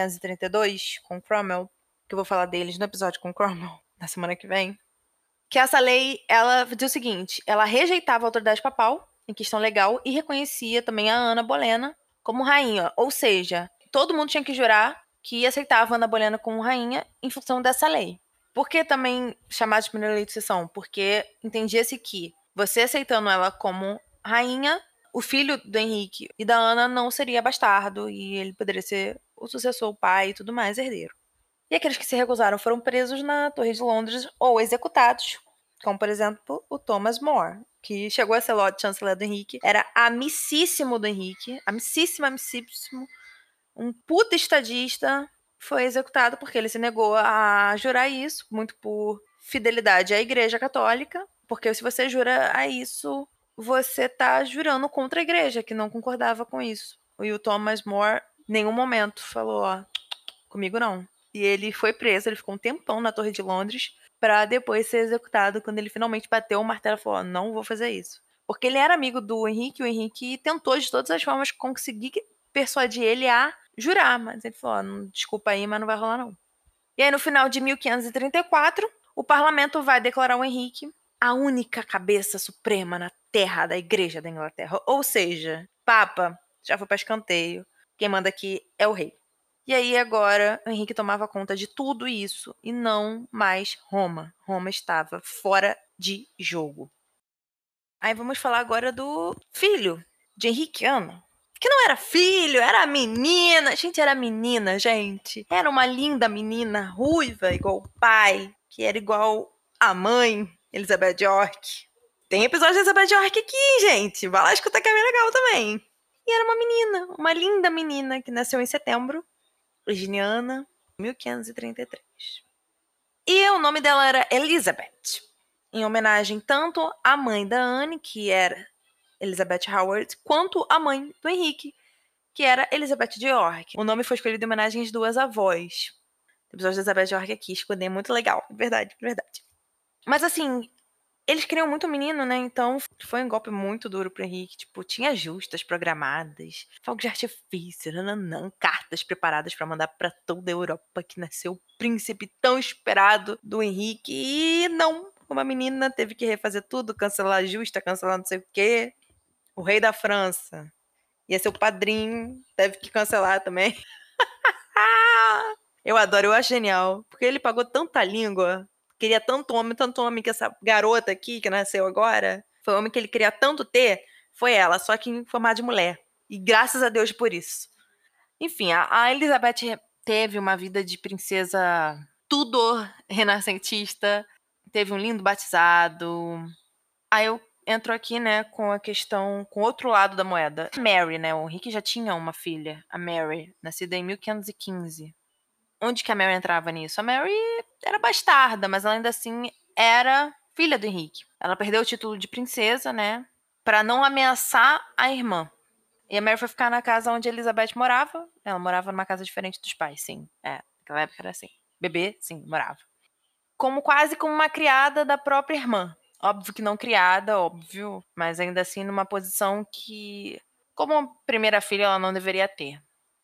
1532, com Cromwell, que eu vou falar deles no episódio com Cromwell, na semana que vem. Que essa lei, ela dizia o seguinte: ela rejeitava a autoridade papal, em questão legal, e reconhecia também a Ana Bolena como rainha. Ou seja, todo mundo tinha que jurar que aceitava a Ana Bolena como rainha em função dessa lei. Por que também chamada de primeira lei de sucessão? Porque entendia-se que você aceitando ela como rainha, o filho do Henrique e da Ana não seria bastardo e ele poderia ser o sucessor, o pai e tudo mais, herdeiro. E aqueles que se recusaram foram presos na Torre de Londres ou executados, como, por exemplo, o Thomas More, que chegou a ser Lord Chancellor do Henrique, era amicíssimo do Henrique, amicíssimo, um puta estadista, foi executado porque ele se negou a jurar isso, muito por fidelidade à Igreja Católica, porque se você jura a isso, você tá jurando contra a Igreja, que não concordava com isso. E o Thomas More, em nenhum momento, falou, ó, comigo não. E ele foi preso, ele ficou um tempão na Torre de Londres, pra depois ser executado, quando ele finalmente bateu o martelo e falou, ó, não vou fazer isso. Porque ele era amigo do Henrique, o Henrique tentou de todas as formas conseguir persuadir ele a jurar, mas ele falou, ó, desculpa aí, mas não vai rolar não. E aí, no final de 1534, o parlamento vai declarar o Henrique a única cabeça suprema na terra da Igreja da Inglaterra. Ou seja, Papa já foi para escanteio. Quem manda aqui é o rei. E aí, agora, o Henrique tomava conta de tudo isso e não mais Roma. Roma estava fora de jogo. Aí vamos falar agora do filho de Henrique e Ana. Que não era filho, era menina. Gente, era menina, gente. Era uma linda menina, ruiva, igual o pai, que era igual a mãe, Elizabeth York. Tem episódio de Elizabeth York aqui, gente. Vai lá escutar que é bem legal também. E era uma menina, uma linda menina, que nasceu em setembro, virginiana, 1533. E o nome dela era Elizabeth, em homenagem tanto à mãe da Anne, que era Elizabeth Howard, quanto à mãe do Henrique, que era Elizabeth de York. O nome foi escolhido em homenagem às duas avós. O episódio da Elizabeth de York aqui, escolhi, é muito legal. Verdade, verdade. Mas assim, eles queriam muito o menino, né? Então foi um golpe muito duro pro Henrique. Tipo, tinha justas programadas, fogos de artifício, nananã, cartas preparadas para mandar para toda a Europa que nasceu o príncipe tão esperado do Henrique. E não, uma menina teve que refazer tudo, cancelar a justa, cancelar não sei o quê. O rei da França ia ser o padrinho, teve que cancelar também. Eu adoro, eu acho genial. Porque ele pagou tanta língua, queria tanto homem que essa garota aqui, que nasceu agora, foi o homem que ele queria tanto ter, foi ela, só que em formato de mulher. E graças a Deus por isso. Enfim, a Elizabeth teve uma vida de princesa Tudor renascentista, teve um lindo batizado. Aí eu entro aqui, né, com a questão, com outro lado da moeda. Mary, né, o Henrique já tinha uma filha, a Mary, nascida em 1515. Onde que a Mary entrava nisso? A Mary era bastarda, mas ela ainda assim era filha do Henrique. Ela perdeu o título de princesa, né, para não ameaçar a irmã. E a Mary foi ficar na casa onde a Elizabeth morava. Ela morava numa casa diferente dos pais, sim. Naquela época era assim. Bebê, sim, morava. Quase como uma criada da própria irmã. Óbvio que não criada, óbvio, mas ainda assim numa posição que, como primeira filha, ela não deveria ter.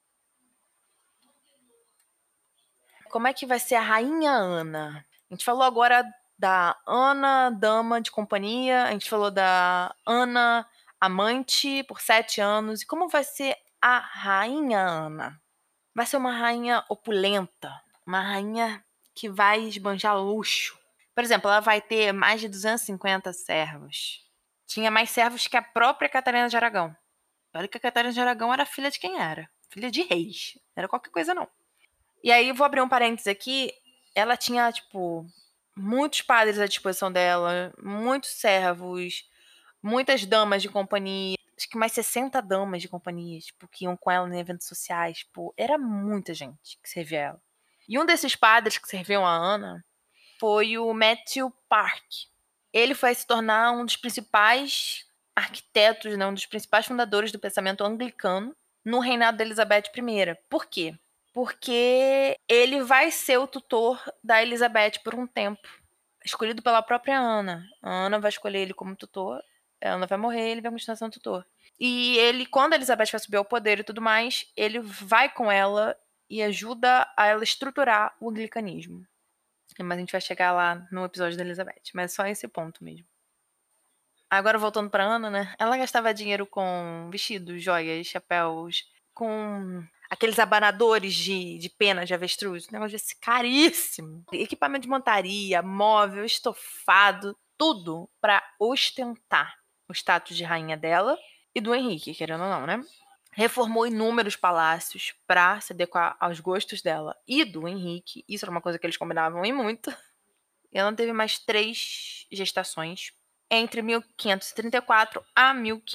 Como é que vai ser a Rainha Ana? A gente falou agora da Ana, dama de companhia, a gente falou da Ana, amante, por 7 anos. E como vai ser a Rainha Ana? Vai ser uma rainha opulenta, uma rainha que vai esbanjar luxo. Por exemplo, ela vai ter mais de 250 servos. Tinha mais servos que a própria Catarina de Aragão. Olha que a Catarina de Aragão era filha de quem era? Filha de reis. Não era qualquer coisa, não. E aí, vou abrir um parênteses aqui. Ela tinha, tipo, muitos padres à disposição dela, muitos servos, muitas damas de companhia. Acho que mais 60 damas de companhia, tipo, que iam com ela em eventos sociais. Tipo, era muita gente que servia ela. E um desses padres que serviam a Ana foi o Matthew Park. Ele foi se tornar um dos principais arquitetos, né, um dos principais fundadores do pensamento anglicano no reinado da Elizabeth I. Por quê? Porque ele vai ser o tutor da Elizabeth por um tempo, escolhido pela própria Ana. A Ana vai escolher ele como tutor, a Ana vai morrer, ele vai continuar sendo tutor. E ele, quando a Elizabeth vai subir ao poder e tudo mais, ele vai com ela e ajuda a ela estruturar o anglicanismo. Mas a gente vai chegar lá no episódio da Elizabeth, mas só esse ponto mesmo. Agora voltando pra Ana, né? Ela gastava dinheiro com vestidos, joias, chapéus, com aqueles abanadores de pena de avestruz. Um negócio desse caríssimo. Equipamento de montaria, móvel, estofado, tudo pra ostentar o status de rainha dela e do Henrique, querendo ou não, né? Reformou inúmeros palácios pra se adequar aos gostos dela e do Henrique. Isso era uma coisa que eles combinavam e muito. Ela teve mais 3 gestações entre 1534 a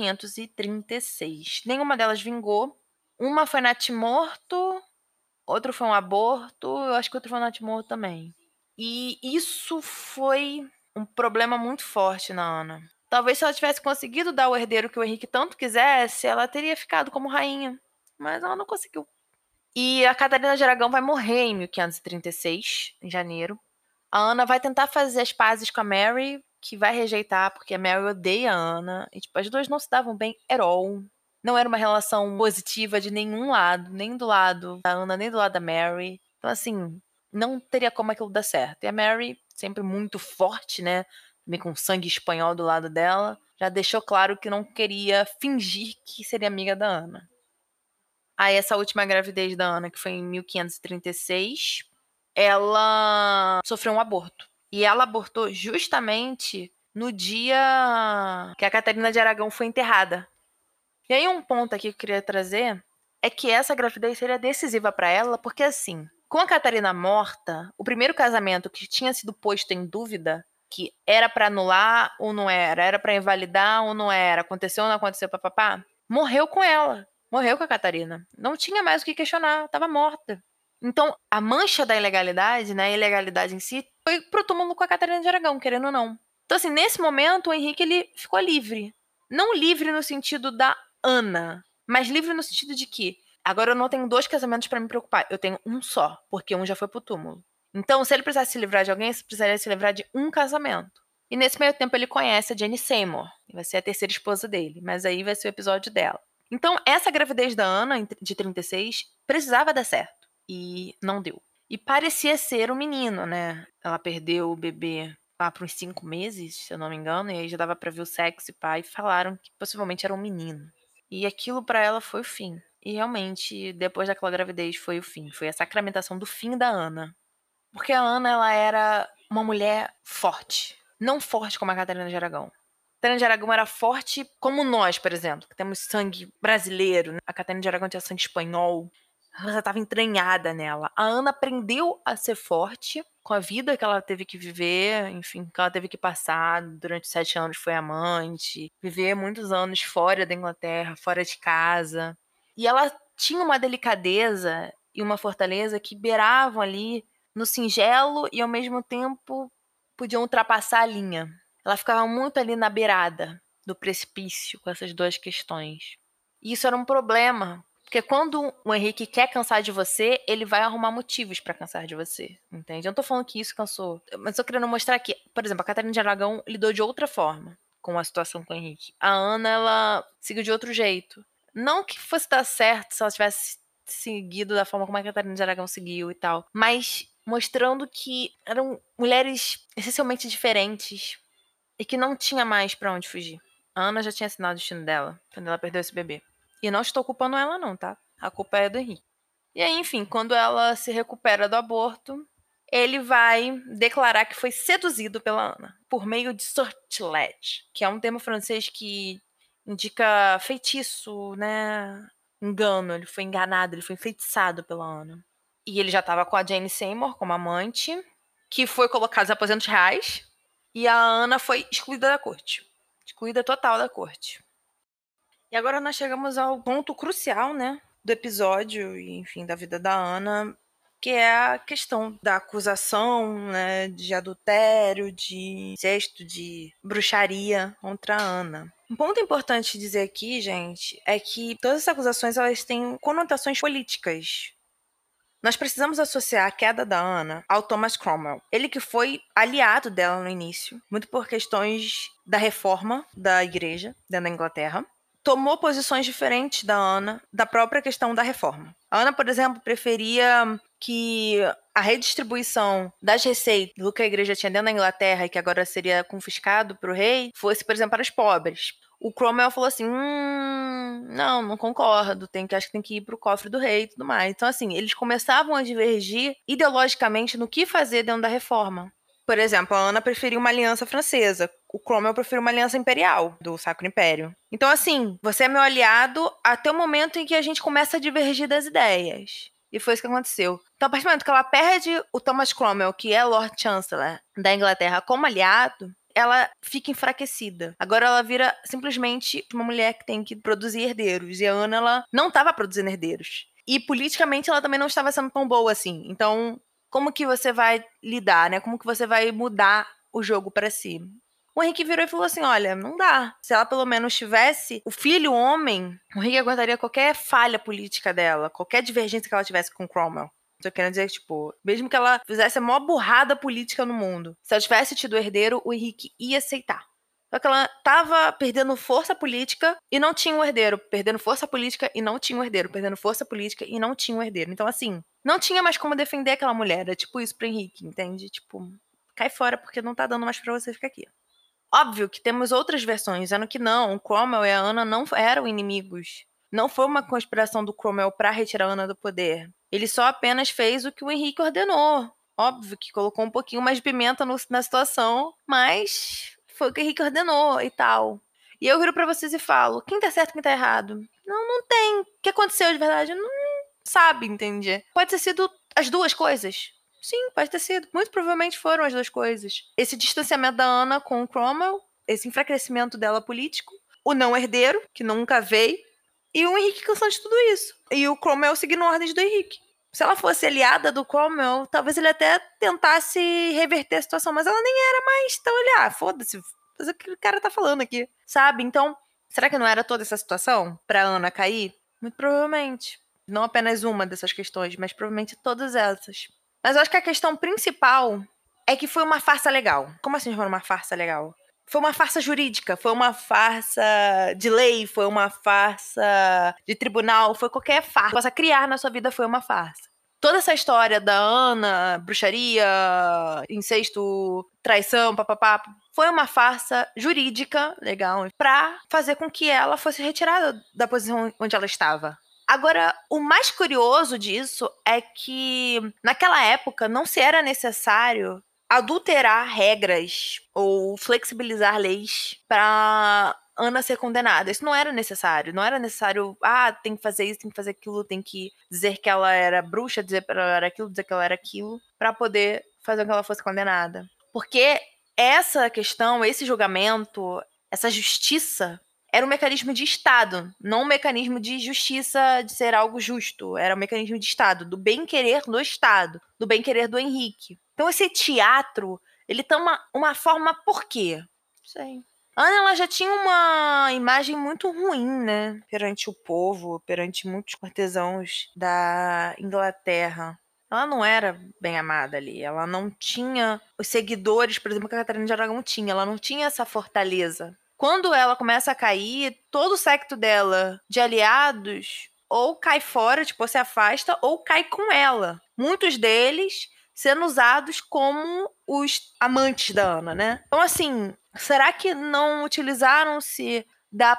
1536. Nenhuma delas vingou. Uma foi natimorto, outro foi um aborto, eu acho que outro foi um natimorto também. E isso foi um problema muito forte na Ana. Talvez se ela tivesse conseguido dar o herdeiro que o Henrique tanto quisesse, ela teria ficado como rainha. Mas ela não conseguiu. E a Catarina de Aragão vai morrer em 1536, em janeiro. A Ana vai tentar fazer as pazes com a Mary, que vai rejeitar, porque a Mary odeia a Ana. E, tipo, as duas não se davam bem at all. Não era uma relação positiva de nenhum lado, nem do lado da Ana, nem do lado da Mary. Então, assim, não teria como aquilo dar certo. E a Mary, sempre muito forte, né? Também com sangue espanhol do lado dela, já deixou claro que não queria fingir que seria amiga da Ana. Aí, essa última gravidez da Ana, que foi em 1536, ela sofreu um aborto. E ela abortou justamente no dia que a Catarina de Aragão foi enterrada. E aí um ponto aqui que eu queria trazer é que essa gravidez seria decisiva para ela, porque assim, com a Catarina morta, o primeiro casamento que tinha sido posto em dúvida, que era para anular ou não era para invalidar ou não era, aconteceu ou não aconteceu, papapá, morreu com ela. Morreu com a Catarina. Não tinha mais o que questionar, estava morta. Então, a mancha da ilegalidade, né, a ilegalidade em si, foi pro túmulo com a Catarina de Aragão, querendo ou não. Então, assim, nesse momento, o Henrique, ele ficou livre. Não livre no sentido da Ana, mas livre no sentido de que agora eu não tenho 2 casamentos para me preocupar, eu tenho um só, porque um já foi pro túmulo. Então, se ele precisasse se livrar de alguém, ele precisaria se livrar de um casamento. E nesse meio tempo ele conhece a Jane Seymour, que vai ser a terceira esposa dele, mas aí vai ser o episódio dela. Então, essa gravidez da Ana, de 36, precisava dar certo. E não deu. E parecia ser um menino, né? Ela perdeu o bebê lá por uns 5 meses, se eu não me engano, e aí já dava pra ver o sexo e pai, e falaram que possivelmente era um menino. E aquilo pra ela foi o fim. E realmente, depois daquela gravidez, foi o fim. Foi a sacramentação do fim da Ana. Porque a Ana, ela era uma mulher forte. Não forte como a Catarina de Aragão. A Catarina de Aragão era forte como nós, por exemplo, que temos sangue brasileiro, né? A Catarina de Aragão tinha sangue espanhol. Ela já estava entranhada nela. A Ana aprendeu a ser forte com a vida que ela teve que viver, enfim, que ela teve que passar durante 7 anos, foi amante, viver muitos anos fora da Inglaterra, fora de casa. E ela tinha uma delicadeza e uma fortaleza que beiravam ali no singelo e ao mesmo tempo podiam ultrapassar a linha. Ela ficava muito ali na beirada do precipício com essas 2 questões. E isso era um problema, porque quando o Henrique quer cansar de você, ele vai arrumar motivos pra cansar de você, entende? Eu não tô falando que isso cansou, mas eu querendo mostrar que, por exemplo, a Catarina de Aragão lidou de outra forma com a situação com o Henrique. A Ana, ela seguiu de outro jeito. Não que fosse dar certo se ela tivesse seguido da forma como a Catarina de Aragão seguiu e tal, mas mostrando que eram mulheres essencialmente diferentes e que não tinha mais pra onde fugir. A Ana já tinha assinado o destino dela quando ela perdeu esse bebê. E não estou culpando ela não, tá? A culpa é do Henrique. E aí, enfim, quando ela se recupera do aborto, ele vai declarar que foi seduzido pela Ana por meio de sortilège, que é um termo francês que indica feitiço, né? Engano, ele foi enganado, ele foi enfeitiçado pela Ana. E ele já estava com a Jane Seymour como amante, que foi colocada nos aposentos reais, e a Ana foi excluída da corte. Excluída total da corte. E agora nós chegamos ao ponto crucial, né, do episódio e, enfim, da vida da Ana, que é a questão da acusação, né, de adultério, de incesto, de bruxaria contra a Ana. Um ponto importante dizer aqui, gente, é que todas essas acusações elas têm conotações políticas. Nós precisamos associar a queda da Ana ao Thomas Cromwell. Ele que foi aliado dela no início, muito por questões da reforma da igreja dentro da Inglaterra. Tomou posições diferentes da Ana, da própria questão da reforma. A Ana, por exemplo, preferia que a redistribuição das receitas do que a igreja tinha dentro da Inglaterra e que agora seria confiscado para o rei, fosse, por exemplo, para os pobres. O Cromwell falou assim, não concordo, acho que tem que ir pro cofre do rei e tudo mais. Então, assim, eles começavam a divergir ideologicamente no que fazer dentro da reforma. Por exemplo, a Ana preferiu uma aliança francesa, o Cromwell preferiu uma aliança imperial, do Sacro Império. Então, assim, você é meu aliado até o momento em que a gente começa a divergir das ideias. E foi isso que aconteceu. Então, a partir do momento que ela perde o Thomas Cromwell, que é Lord Chancellor da Inglaterra, como aliado, ela fica enfraquecida. Agora ela vira simplesmente uma mulher que tem que produzir herdeiros. E a Ana, ela não estava produzindo herdeiros. E politicamente ela também não estava sendo tão boa assim. Então, como que você vai lidar, né? Como que você vai mudar o jogo pra si? O Henrique virou e falou assim, olha, não dá. Se ela pelo menos tivesse o filho homem, o Henrique aguentaria qualquer falha política dela, qualquer divergência que ela tivesse com Cromwell. Tô querendo dizer que, tipo, mesmo que ela fizesse a maior burrada política no mundo, se ela tivesse tido herdeiro, o Henrique ia aceitar. Só que ela tava perdendo força política e não tinha um herdeiro. Perdendo força política e não tinha um herdeiro. Perdendo força política e não tinha um herdeiro. Então, assim, não tinha mais como defender aquela mulher. Era tipo isso pro Henrique, entende? Tipo, cai fora porque não tá dando mais pra você ficar aqui. Óbvio que temos outras versões, dizendo que não, o Cromwell e a Ana não eram inimigos. Não foi uma conspiração do Cromwell pra retirar a Ana do poder. Ele só apenas fez o que o Henrique ordenou. Óbvio que colocou um pouquinho mais de pimenta na situação, mas foi o que o Henrique ordenou e tal. E eu viro pra vocês e falo, quem tá certo e quem tá errado? Não tem. O que aconteceu de verdade? Não sabe, entende? Pode ter sido as duas coisas. Sim, pode ter sido. Muito provavelmente foram as duas coisas. Esse distanciamento da Ana com o Cromwell, esse enfraquecimento dela político, o não herdeiro, que nunca veio, e o Henrique cansando de tudo isso. E o Cromwell seguindo ordens do Henrique. Se ela fosse aliada do Cromwell, talvez ele até tentasse reverter a situação, mas ela nem era mais. Então ele, foda-se, faz o que o cara tá falando aqui, sabe? Então, será que não era toda essa situação pra Ana cair? Muito provavelmente. Não apenas uma dessas questões, mas provavelmente todas essas. Mas eu acho que a questão principal é que foi uma farsa legal. Como assim foi uma farsa legal? Foi uma farsa jurídica, foi uma farsa de lei, foi uma farsa de tribunal, foi qualquer farsa que possa criar na sua vida foi uma farsa. Toda essa história da Ana, bruxaria, incesto, traição, papapá, foi uma farsa jurídica, legal, pra fazer com que ela fosse retirada da posição onde ela estava. Agora, o mais curioso disso é que naquela época não se era necessário adulterar regras ou flexibilizar leis para Ana ser condenada. Isso não era necessário. Não era necessário, tem que fazer isso, tem que fazer aquilo, tem que dizer que ela era bruxa, dizer que ela era aquilo, dizer que ela era aquilo, para poder fazer com que ela fosse condenada. Porque essa questão, esse julgamento, essa justiça era um mecanismo de Estado, não um mecanismo de justiça, de ser algo justo. Era um mecanismo de Estado, do bem-querer do Estado, do bem-querer do Henrique. Então esse teatro, ele toma uma forma por quê? Não sei. A Ana, ela já tinha uma imagem muito ruim, né? Perante o povo, perante muitos cortesãos da Inglaterra. Ela não era bem amada ali. Ela não tinha os seguidores, por exemplo, que a Catarina de Aragão tinha. Ela não tinha essa fortaleza. Quando ela começa a cair, todo o séquito dela de aliados ou cai fora, tipo, se afasta, ou cai com ela. Muitos deles sendo usados como os amantes da Ana, né? Então, assim, será que não utilizaram-se da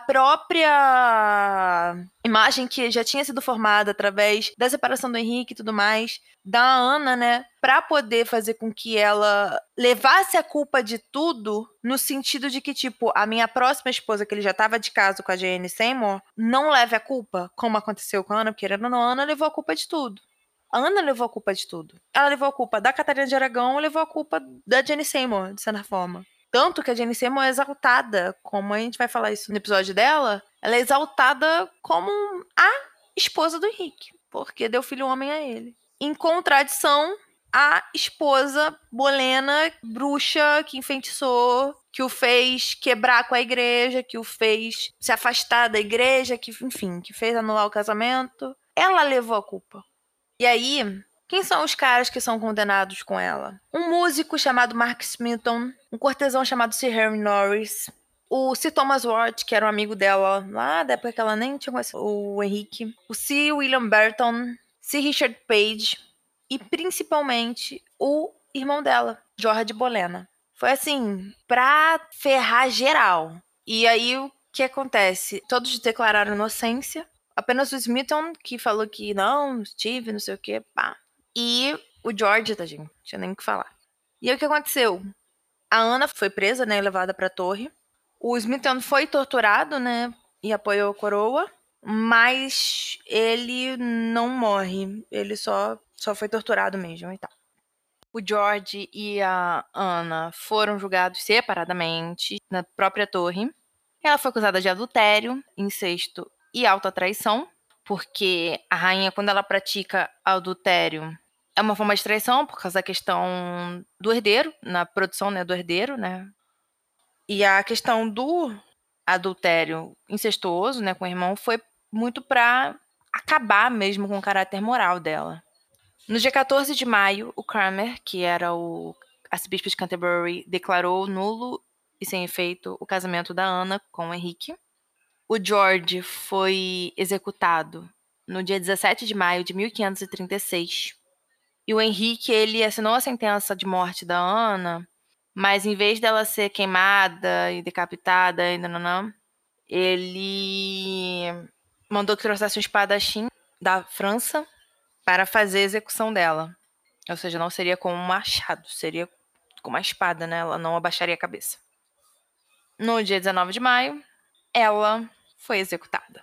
própria imagem que já tinha sido formada através da separação do Henrique e tudo mais, da Ana, né, pra poder fazer com que ela levasse a culpa de tudo, no sentido de que, tipo, a minha próxima esposa, que ele já tava de caso com a Jane Seymour, não leve a culpa, como aconteceu com a Ana, porque querendo ou não, a Ana levou a culpa de tudo. A Ana levou a culpa de tudo. Ela levou a culpa da Catarina de Aragão, levou a culpa da Jane Seymour, de certa forma. Tanto que a Jane Seymour é exaltada, como a gente vai falar isso no episódio dela, ela é exaltada como a esposa do Henrique, porque deu filho homem a ele. Em contradição à esposa bolena, bruxa, que enfeitiçou, que o fez quebrar com a igreja, que o fez se afastar da igreja, que, enfim, que fez anular o casamento. Ela levou a culpa. E aí, quem são os caras que são condenados com ela? Um músico chamado Mark Smithson, um cortesão chamado Sir Henry Norris, o Sir Thomas Ward, que era um amigo dela lá da época que ela nem tinha conhecido o Henrique, o Sir William Burton, Sir Richard Page e principalmente o irmão dela, George Bolena. Foi assim, pra ferrar geral. E aí o que acontece? Todos declararam inocência. Apenas o Smithson, que falou que não, Steve, não sei o que, pá. E o George, tadinho, não tinha nem o que falar. E aí o que aconteceu? A Ana foi presa, né, e levada pra torre. O Smithson foi torturado, né, e apoiou a coroa, mas ele não morre. Ele só foi torturado mesmo e tal. O George e a Ana foram julgados separadamente na própria torre. Ela foi acusada de adultério, incesto e autotraição, porque a rainha, quando ela pratica adultério, É uma forma de traição por causa da questão do herdeiro, na produção, né, do herdeiro, né? E a questão do adultério incestuoso, né, com o irmão, foi muito pra acabar mesmo com o caráter moral dela. No dia 14 de maio, o Cranmer, que era o arcebispo de Canterbury, declarou nulo e sem efeito o casamento da Ana com o Henrique. O George foi executado no dia 17 de maio de 1536. E o Henrique, ele assinou a sentença de morte da Ana, mas em vez dela ser queimada e decapitada, ele mandou que trouxesse um espadachim da França para fazer a execução dela. Ou seja, não seria com um machado, seria com uma espada, né? Ela não abaixaria a cabeça. No dia 19 de maio, ela foi executada.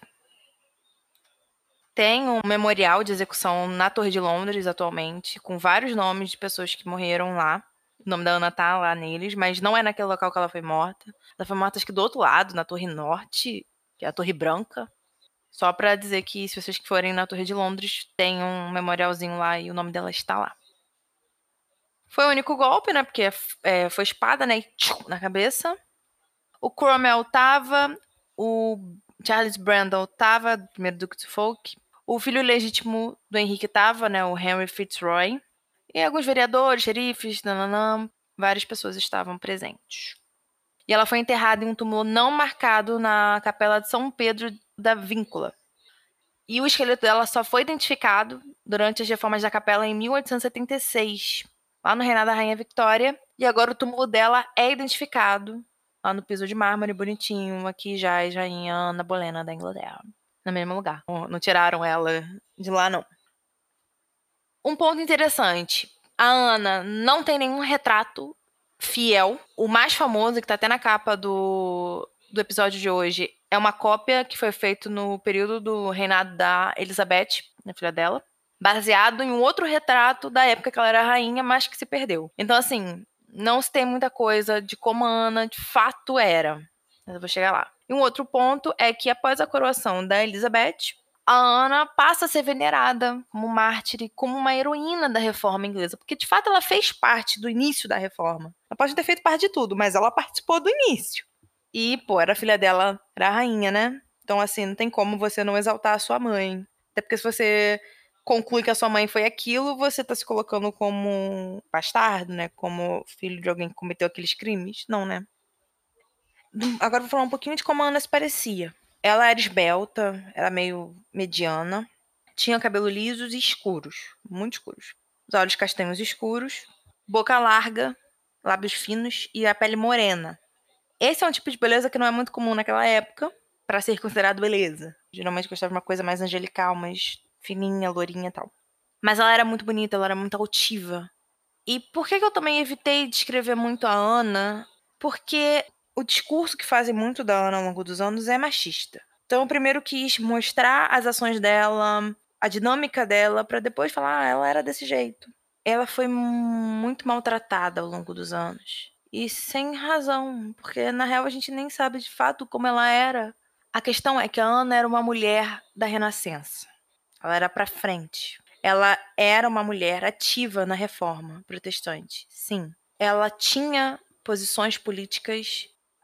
Tem um memorial de execução na Torre de Londres atualmente, com vários nomes de pessoas que morreram lá. O nome da Ana tá lá neles, mas não é naquele local que ela foi morta. Ela foi morta, acho que do outro lado, na Torre Norte, que é a Torre Branca. Só pra dizer que se vocês forem na Torre de Londres, tem um memorialzinho lá e o nome dela está lá. Foi o único golpe, né? Porque foi espada, né? Na cabeça. O Cromwell tava, o Charles Brandon tava, primeiro Duque de Suffolk. O filho legítimo do Henrique tava, né? O Henry Fitzroy. E alguns vereadores, xerifes, várias pessoas estavam presentes. E ela foi enterrada em um túmulo não marcado na Capela de São Pedro da Víncula. E o esqueleto dela só foi identificado durante as reformas da capela em 1876, lá no reinado da Rainha Victoria. E agora o túmulo dela é identificado lá no piso de mármore, bonitinho, aqui já é Rainha Ana Bolena da Inglaterra, no mesmo lugar. Não tiraram ela de lá, não. Um ponto interessante, a Ana não tem nenhum retrato fiel. O mais famoso, que tá até na capa do episódio de hoje, é uma cópia que foi feito no período do reinado da Elizabeth, a filha dela, baseado em um outro retrato da época que ela era rainha, mas que se perdeu. Então, assim, não se tem muita coisa de como a Ana de fato era. Mas eu vou chegar lá. E um outro ponto é que após a coroação da Elizabeth, a Ana passa a ser venerada como mártir e como uma heroína da reforma inglesa, porque de fato ela fez parte do início da reforma. Ela pode ter feito parte de tudo, mas ela participou do início. E, pô, era a filha dela, era a rainha, né? Então, assim, não tem como você não exaltar a sua mãe. Até porque se você conclui que a sua mãe foi aquilo, você tá se colocando como bastardo, né? Como filho de alguém que cometeu aqueles crimes. Não, né? Agora eu vou falar um pouquinho de como a Ana se parecia. Ela era esbelta, era meio mediana, tinha cabelo lisos e escuros, muito escuros. Os olhos castanhos escuros, boca larga, lábios finos e a pele morena. Esse é um tipo de beleza que não é muito comum naquela época para ser considerado beleza. Geralmente gostava de uma coisa mais angelical, mais fininha, lourinha e tal. Mas ela era muito bonita, ela era muito altiva. E por que eu também evitei descrever muito a Ana? Porque o discurso que fazem muito da Ana ao longo dos anos é machista. Então, eu primeiro quis mostrar as ações dela, a dinâmica dela, para depois falar, ela era desse jeito. Ela foi muito maltratada ao longo dos anos. E sem razão, porque na real a gente nem sabe de fato como ela era. A questão é que a Ana era uma mulher da Renascença. Ela era para frente. Ela era uma mulher ativa na reforma protestante, sim. Ela tinha posições políticas,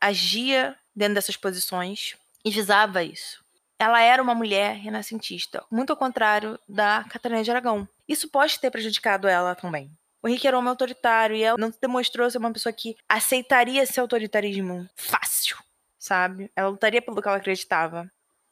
agia dentro dessas posições e visava isso. Ela era uma mulher renascentista, muito ao contrário da Catarina de Aragão. Isso pode ter prejudicado ela também. O Henrique era um homem autoritário e ela não demonstrou ser uma pessoa que aceitaria esse autoritarismo fácil, sabe? Ela lutaria pelo que ela acreditava.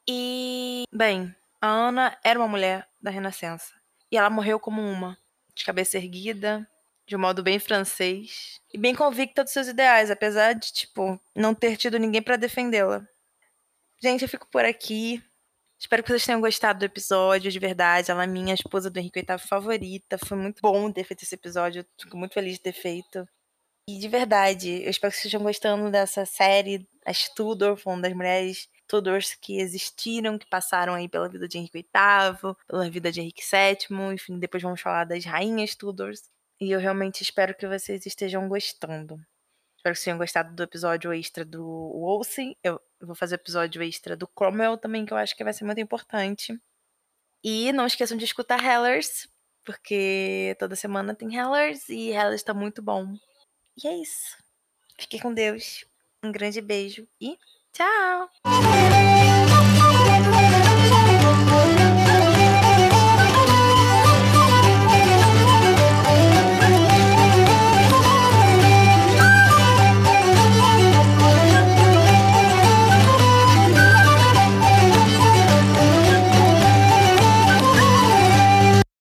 E, bem, a Ana era uma mulher da Renascença. E ela morreu como uma, de cabeça erguida, de um modo bem francês. E bem convicta dos seus ideais, apesar de, tipo, não ter tido ninguém pra defendê-la. Gente, eu fico por aqui. Espero que vocês tenham gostado do episódio, de verdade. Ela é minha esposa do Henrique VIII favorita. Foi muito bom ter feito esse episódio. Eu fico muito feliz de ter feito. E de verdade, eu espero que vocês estejam gostando dessa série. As Tudor, falando das mulheres Tudors que existiram, que passaram aí pela vida de Henrique VIII, pela vida de Henrique VII. Enfim, depois vamos falar das rainhas Tudors. E eu realmente espero que vocês estejam gostando. Espero que vocês tenham gostado do episódio extra do Wolsey. Eu vou fazer o episódio extra do Cromwell também, que eu acho que vai ser muito importante. E não esqueçam de escutar Hellers. porque toda semana tem Hellers e Hellers tá muito bom. E é isso. Fique com Deus. Um grande beijo e tchau!